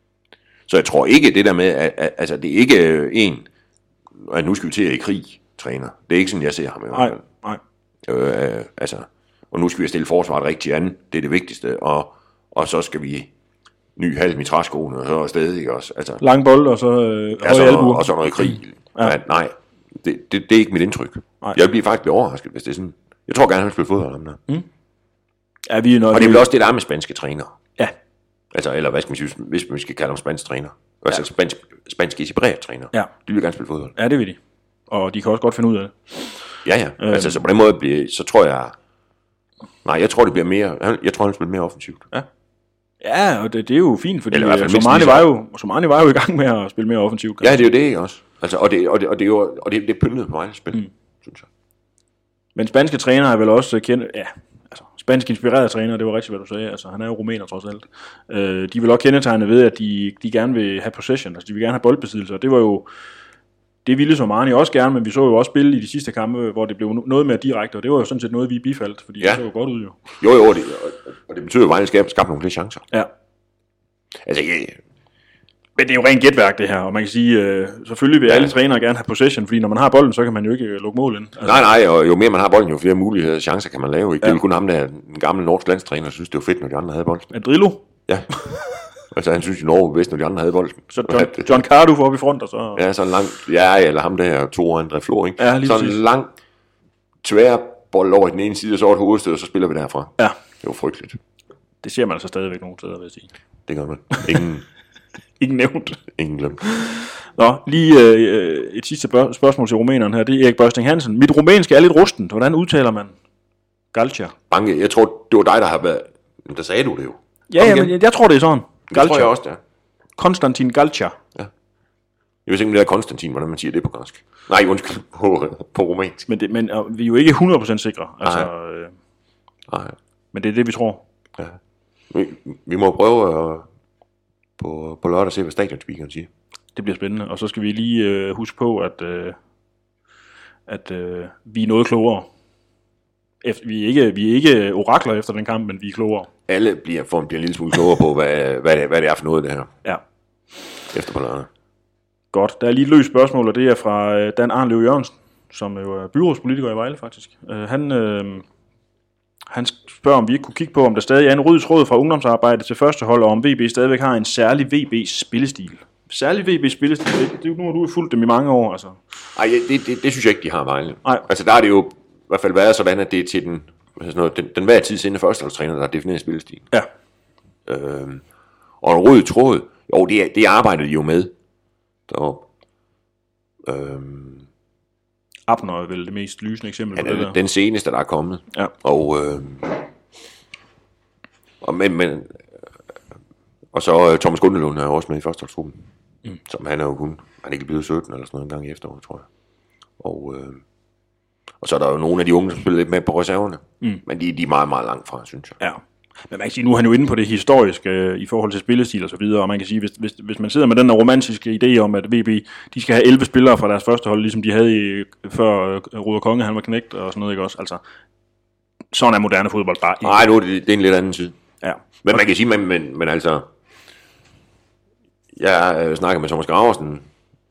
[SPEAKER 2] Så jeg tror ikke det der med, at, at altså det er ikke en, at nu skal vi til at i krig, træner. Det er ikke sådan, jeg ser ham i hvert fald.
[SPEAKER 1] Nej,
[SPEAKER 2] nej. Øh, altså, og nu skal vi stille forsvaret rigtig an, det er det vigtigste, og, og så skal vi ny halm i træskoene, og så afsted, ikke også? Altså,
[SPEAKER 1] lang bold, og så øh,
[SPEAKER 2] ja, så, og, og så noget krig.
[SPEAKER 1] Ja.
[SPEAKER 2] Men, nej, det, det, det er ikke mit indtryk.
[SPEAKER 1] Nej.
[SPEAKER 2] Jeg bliver faktisk overrasket, hvis det er sådan. Jeg tror gerne, han vil spille fodbold om der.
[SPEAKER 1] Mm. Ja, vi er noget,
[SPEAKER 2] og det er vel også det, der er med spanske trænere.
[SPEAKER 1] Ja.
[SPEAKER 2] Altså, eller hvad skal man sige, hvis vi skal kalde dem spansk træner. Altså ja. spansk, spansk inspireret træner.
[SPEAKER 1] Ja.
[SPEAKER 2] De vil gerne spille fodbold.
[SPEAKER 1] Ja, det vil de. Og de kan også godt finde ud af det.
[SPEAKER 2] Ja, ja. Øhm. Altså, så på den måde bliver, så tror jeg, nej, jeg tror, det bliver mere, jeg tror, han spiller mere offensivt.
[SPEAKER 1] Ja. Ja, og det, det er jo fint, fordi
[SPEAKER 2] Somani
[SPEAKER 1] var, jo, Somani var jo i gang med at spille mere offensivt.
[SPEAKER 2] Ja, det er jo det, ikke også? Altså, og det, og det, og det er jo, og det, det er pyntet på Vejles spil, mm. synes jeg.
[SPEAKER 1] Men spanske trænere er vel også kendt, ja, altså spansk inspirerede trænere, det var rigtigt, hvad du sagde, altså han er jo rumæner trods alt. Øh, de vil også kendetegne ved, at de, de gerne vil have possession, altså de vil gerne have boldbesiddelse, og det var jo, det ville Somani også gerne, men vi så jo også spille i de sidste kampe, hvor det blev noget mere direkte, og det var jo sådan set noget, vi bifaldt, fordi ja. Det så jo godt ud jo.
[SPEAKER 2] Jo, jo, det, og, og det betyder jo, at Vejle skal skabe nogle flere chancer.
[SPEAKER 1] Ja.
[SPEAKER 2] Altså, jeg,
[SPEAKER 1] men det er jo rent gætværk det her, og man kan sige, øh, selvfølgelig vil ja. alle trænere gerne have possession, fordi når man har bolden, så kan man jo ikke øh, lukke mål ind. Altså.
[SPEAKER 2] Nej, nej, og jo mere man har bolden, jo flere muligheder chancer kan man lave. Ikke? Ja. Det er jo kun ham der, den gamle norsk landstræner, der synes, det var fedt, når de andre havde bolden.
[SPEAKER 1] Er Drillo?
[SPEAKER 2] Ja. Altså, han synes jo, Norge var bedst, når de andre havde bolden.
[SPEAKER 1] Så John, John Cardo får op i front, og så...
[SPEAKER 2] Ja, sådan langt, ja, eller ham der, to André Flor, ikke?
[SPEAKER 1] Ja, lige
[SPEAKER 2] sådan en lang tværbold over i den ene side, og så over et hovedstød, og så spiller vi derfra.
[SPEAKER 1] Ja.
[SPEAKER 2] Det var frygteligt.
[SPEAKER 1] Det ser man altså stadigvæk nogle steder, vil jeg sige.
[SPEAKER 2] Det gør man. Ingen...
[SPEAKER 1] Ingen nævnt.
[SPEAKER 2] Ingen glemt.
[SPEAKER 1] Nå, lige øh, et sidste spørgsmål til rumæneren her. Det er Erik Børsting Hansen. Mit rumænske er lidt rustent. Hvordan udtaler man Galcha?
[SPEAKER 2] Banke, jeg tror, det var dig, der har været... Der sagde du det jo.
[SPEAKER 1] Ja, ja, men jeg, jeg tror, det er sådan.
[SPEAKER 2] Galcha. Det tror jeg også, det er.
[SPEAKER 1] Konstantin Galcha.
[SPEAKER 2] Ja. Jeg ved ikke, om det er Konstantin, hvordan man siger det på græsk. Nej, undskyld, på, på rumænsk.
[SPEAKER 1] Men, det, men uh, vi er jo ikke hundrede procent sikre. Altså,
[SPEAKER 2] Nej.
[SPEAKER 1] Øh,
[SPEAKER 2] Nej.
[SPEAKER 1] Men det er det, vi tror.
[SPEAKER 2] Ja. Vi, vi må prøve at... På, på lørdag se, hvad stadionspeakeren siger.
[SPEAKER 1] Det bliver spændende, og så skal vi lige øh, huske på, at, øh, at øh, vi er noget klogere. Efter, vi, er ikke, vi er ikke orakler efter den kamp, men vi er klogere.
[SPEAKER 2] Alle bliver, får, bliver en lille smule klogere på, hvad, hvad, det, hvad det er for noget, det her.
[SPEAKER 1] Ja.
[SPEAKER 2] Efter på lørdag.
[SPEAKER 1] Godt. Der er lige et løst spørgsmål, og det er fra øh, Dan Arnlev Jørgensen, som jo er byrådspolitiker i Vejle, faktisk. Øh, han... Øh, Han spørger, om vi ikke kunne kigge på, om der stadig er en rød tråd fra ungdomsarbejde til første hold, og om V B stadigvæk har en særlig V B-spillestil. Særlig V B-spillestil, det, det, nu har du fulgt dem i mange år. Altså.
[SPEAKER 2] Ej, det, det, det synes jeg ikke, de har Vejle.
[SPEAKER 1] Nej.
[SPEAKER 2] Altså der er det jo i hvert fald været sådan, at det er til den, sådan noget, den, den hver tid sinde førsteholdstræner, der har defineret spillestilen.
[SPEAKER 1] Ja.
[SPEAKER 2] Øhm, og en rød tråd, jo, det, det arbejdede de jo med deroppe. Øhm,
[SPEAKER 1] Abner er vel det mest lysende eksempel
[SPEAKER 2] han
[SPEAKER 1] på det
[SPEAKER 2] er
[SPEAKER 1] der.
[SPEAKER 2] den seneste, der er kommet.
[SPEAKER 1] Ja.
[SPEAKER 2] Og, øhm, og, men, men, og så uh, Thomas Gundelund er jo også med i førsteholdstruppen. Mm. Som han er jo kun, han er ikke blevet sytten eller sådan noget en gang i efteråret, tror jeg. Og, øh, og så er der jo nogle af de unge, som spiller lidt med på reserverne. Mm. Men de, de er meget, meget langt fra, synes jeg.
[SPEAKER 1] Ja. Men man kan sige, nu er han jo inde på det historiske øh, i forhold til spillestil og så videre, og man kan sige, hvis, hvis, hvis man sidder med den romantiske idé om, at V B, de skal have elleve spillere fra deres første hold, ligesom de havde i, før øh, Ruder Konge, han var knægt og sådan noget, ikke også? Altså, sådan er moderne fodbold bare ikke.
[SPEAKER 2] Nej, nu er det, det er en lidt anden tid.
[SPEAKER 1] Ja.
[SPEAKER 2] Men man kan sige, men, men, men altså, jeg øh, snakker med Thomas Graversen,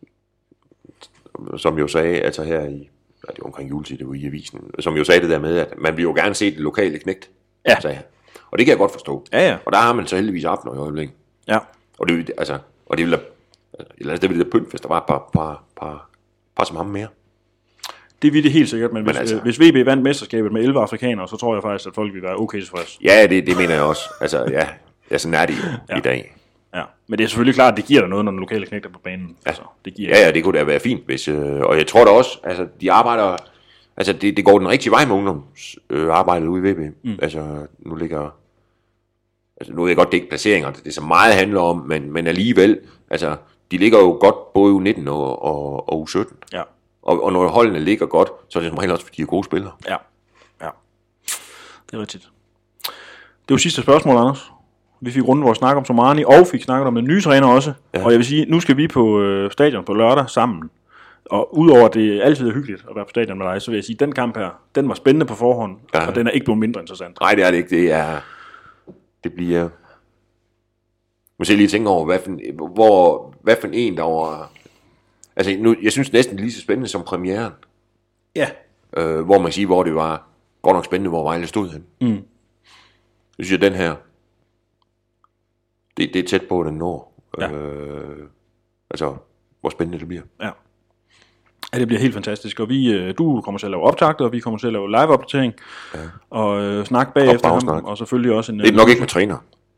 [SPEAKER 2] som jo sagde, altså her i, ja, det var omkring juletid, det var i avisen, som jo sagde det der med, at man vil jo gerne se det lokale knægt,
[SPEAKER 1] Ja.
[SPEAKER 2] sagde han. Og det kan jeg godt forstå.
[SPEAKER 1] Ja, ja.
[SPEAKER 2] Og der har man så heldigvis Abner i øjeblikket.
[SPEAKER 1] Ja.
[SPEAKER 2] Og det, altså, og det ville da, eller det ville da pynt, hvis der var et par, par, par, par som ham mere.
[SPEAKER 1] Det vil det helt sikkert, men, men hvis, altså, øh, hvis V B vandt mesterskabet med elleve afrikanere, så tror jeg faktisk, at folk vil være okay tilfreds.
[SPEAKER 2] Ja, det, det mener jeg også. Altså, ja, ja sådan er det jo
[SPEAKER 1] Ja.
[SPEAKER 2] i dag.
[SPEAKER 1] Ja, men det er selvfølgelig klart, at det giver dig noget, når den lokale knægter på banen.
[SPEAKER 2] Ja.
[SPEAKER 1] Altså, det giver
[SPEAKER 2] Ja, ja, det kunne da være fint, hvis, øh, og jeg tror da også, altså, de arbejder, altså, det, det går den rigtige vej med ungdomsarbejdet øh, ude i V B. Mm. Altså, nu ligger, altså, nu ved jeg godt, det er ikke placeringer, det er så meget handler om, men, men alligevel, altså, de ligger jo godt både U nitten og, og, og U sytten.
[SPEAKER 1] Ja.
[SPEAKER 2] Og, og når holdene ligger godt, så er det som regel også, fordi de er gode spillere.
[SPEAKER 1] Ja, ja. Det er rigtigt. Det var sidste spørgsmål, Anders. Vi fik rundt vores snak om Somani, og fik snakket om den nye træner også. Ja. Og jeg vil sige, nu skal vi på øh, stadion på lørdag sammen. Og udover at det altid er hyggeligt at være på stadion med dig, så vil jeg sige, at den kamp her, den var spændende på forhånd, ja. Og den er ikke blevet mindre interessant.
[SPEAKER 2] Nej, det er det ikke. Det er, det bliver, må se lige tænke over, hvad for, en- hvor, hvad for en, der var, altså nu, jeg synes næsten lige så spændende som premieren,
[SPEAKER 1] Ja.
[SPEAKER 2] øh, hvor man kan sige, hvor det var godt nok spændende, hvor Vejle stod hen.
[SPEAKER 1] Mm.
[SPEAKER 2] Jeg synes, at den her, det, det er tæt på, at den når.
[SPEAKER 1] Ja.
[SPEAKER 2] Øh, altså, hvor spændende det bliver.
[SPEAKER 1] Ja. Ja, det bliver helt fantastisk. Og vi, øh, du kommer til at lave optagter, og vi kommer til at lave live-opdatering, ja. Og øh, snak bagefter ham,
[SPEAKER 2] bagsnak.
[SPEAKER 1] og selvfølgelig også en...
[SPEAKER 2] Det er nok ikke med træner.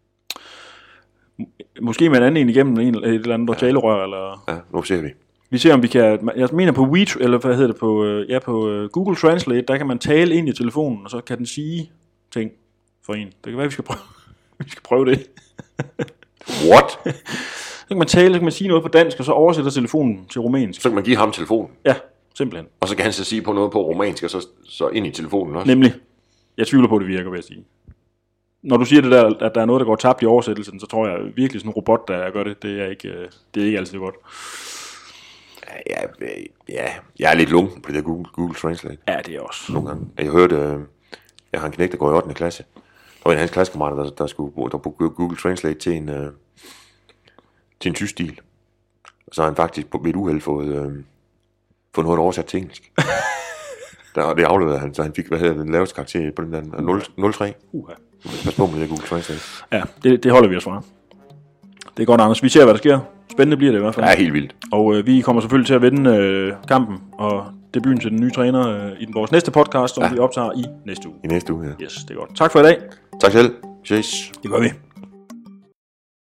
[SPEAKER 1] Måske med en anden en igennem en, et eller andet ja. talerør, eller...
[SPEAKER 2] Ja, nu ser vi.
[SPEAKER 1] Vi ser, om vi kan... Jeg mener på We, eller hvad hedder det, på, øh, ja, på øh, Google Translate, der kan man tale ind i telefonen, og så kan den sige ting for en. Det kan være, vi skal prøve, vi skal prøve det.
[SPEAKER 2] What?
[SPEAKER 1] Så kan man tale, så kan man sige noget på dansk, og så oversætter telefonen til rumænsk.
[SPEAKER 2] Så kan man give ham telefonen,
[SPEAKER 1] Ja, simpelthen.
[SPEAKER 2] og så kan han så sige på noget på romansk, og så, så ind i telefonen også.
[SPEAKER 1] Nemlig. Jeg tvivler på, at det virker, vil jeg sige. Når du siger det der, at der er noget, der går tabt i oversættelsen, så tror jeg virkelig sådan en robot, der gør det. Det er ikke, øh, det er ikke altid godt.
[SPEAKER 2] Ja, ja, jeg er lidt lunken på det der Google, Google Translate
[SPEAKER 1] Ja, det er også.
[SPEAKER 2] nogle gange. Jeg hørte, øh, jeg har en knægt, der går i ottende klasse. Der var en af hans klassekammerater, der, der skulle der brugte Google Translate til en, øh, til en tysk stil. Og så har han faktisk på mit uheld fået, øh, fået noget oversat til engelsk. der, og det afleverede han, så han fik, hvad hedder den laveste karakter på den der nul komma tre.
[SPEAKER 1] Uha.
[SPEAKER 2] Pas på med det Google Translate.
[SPEAKER 1] Ja, det, det holder vi os fra. Det er godt, Anders. Vi ser, hvad der sker. Spændende bliver det i hvert fald.
[SPEAKER 2] Det er helt vildt.
[SPEAKER 1] Og øh, vi kommer selvfølgelig til at vende øh, kampen og debuten til den nye træner øh, i den, vores næste podcast, som ja. vi optager i næste uge.
[SPEAKER 2] I næste uge, ja.
[SPEAKER 1] Yes, det er godt. Tak for i dag.
[SPEAKER 2] Tak selv. Ses.
[SPEAKER 1] Det gør vi.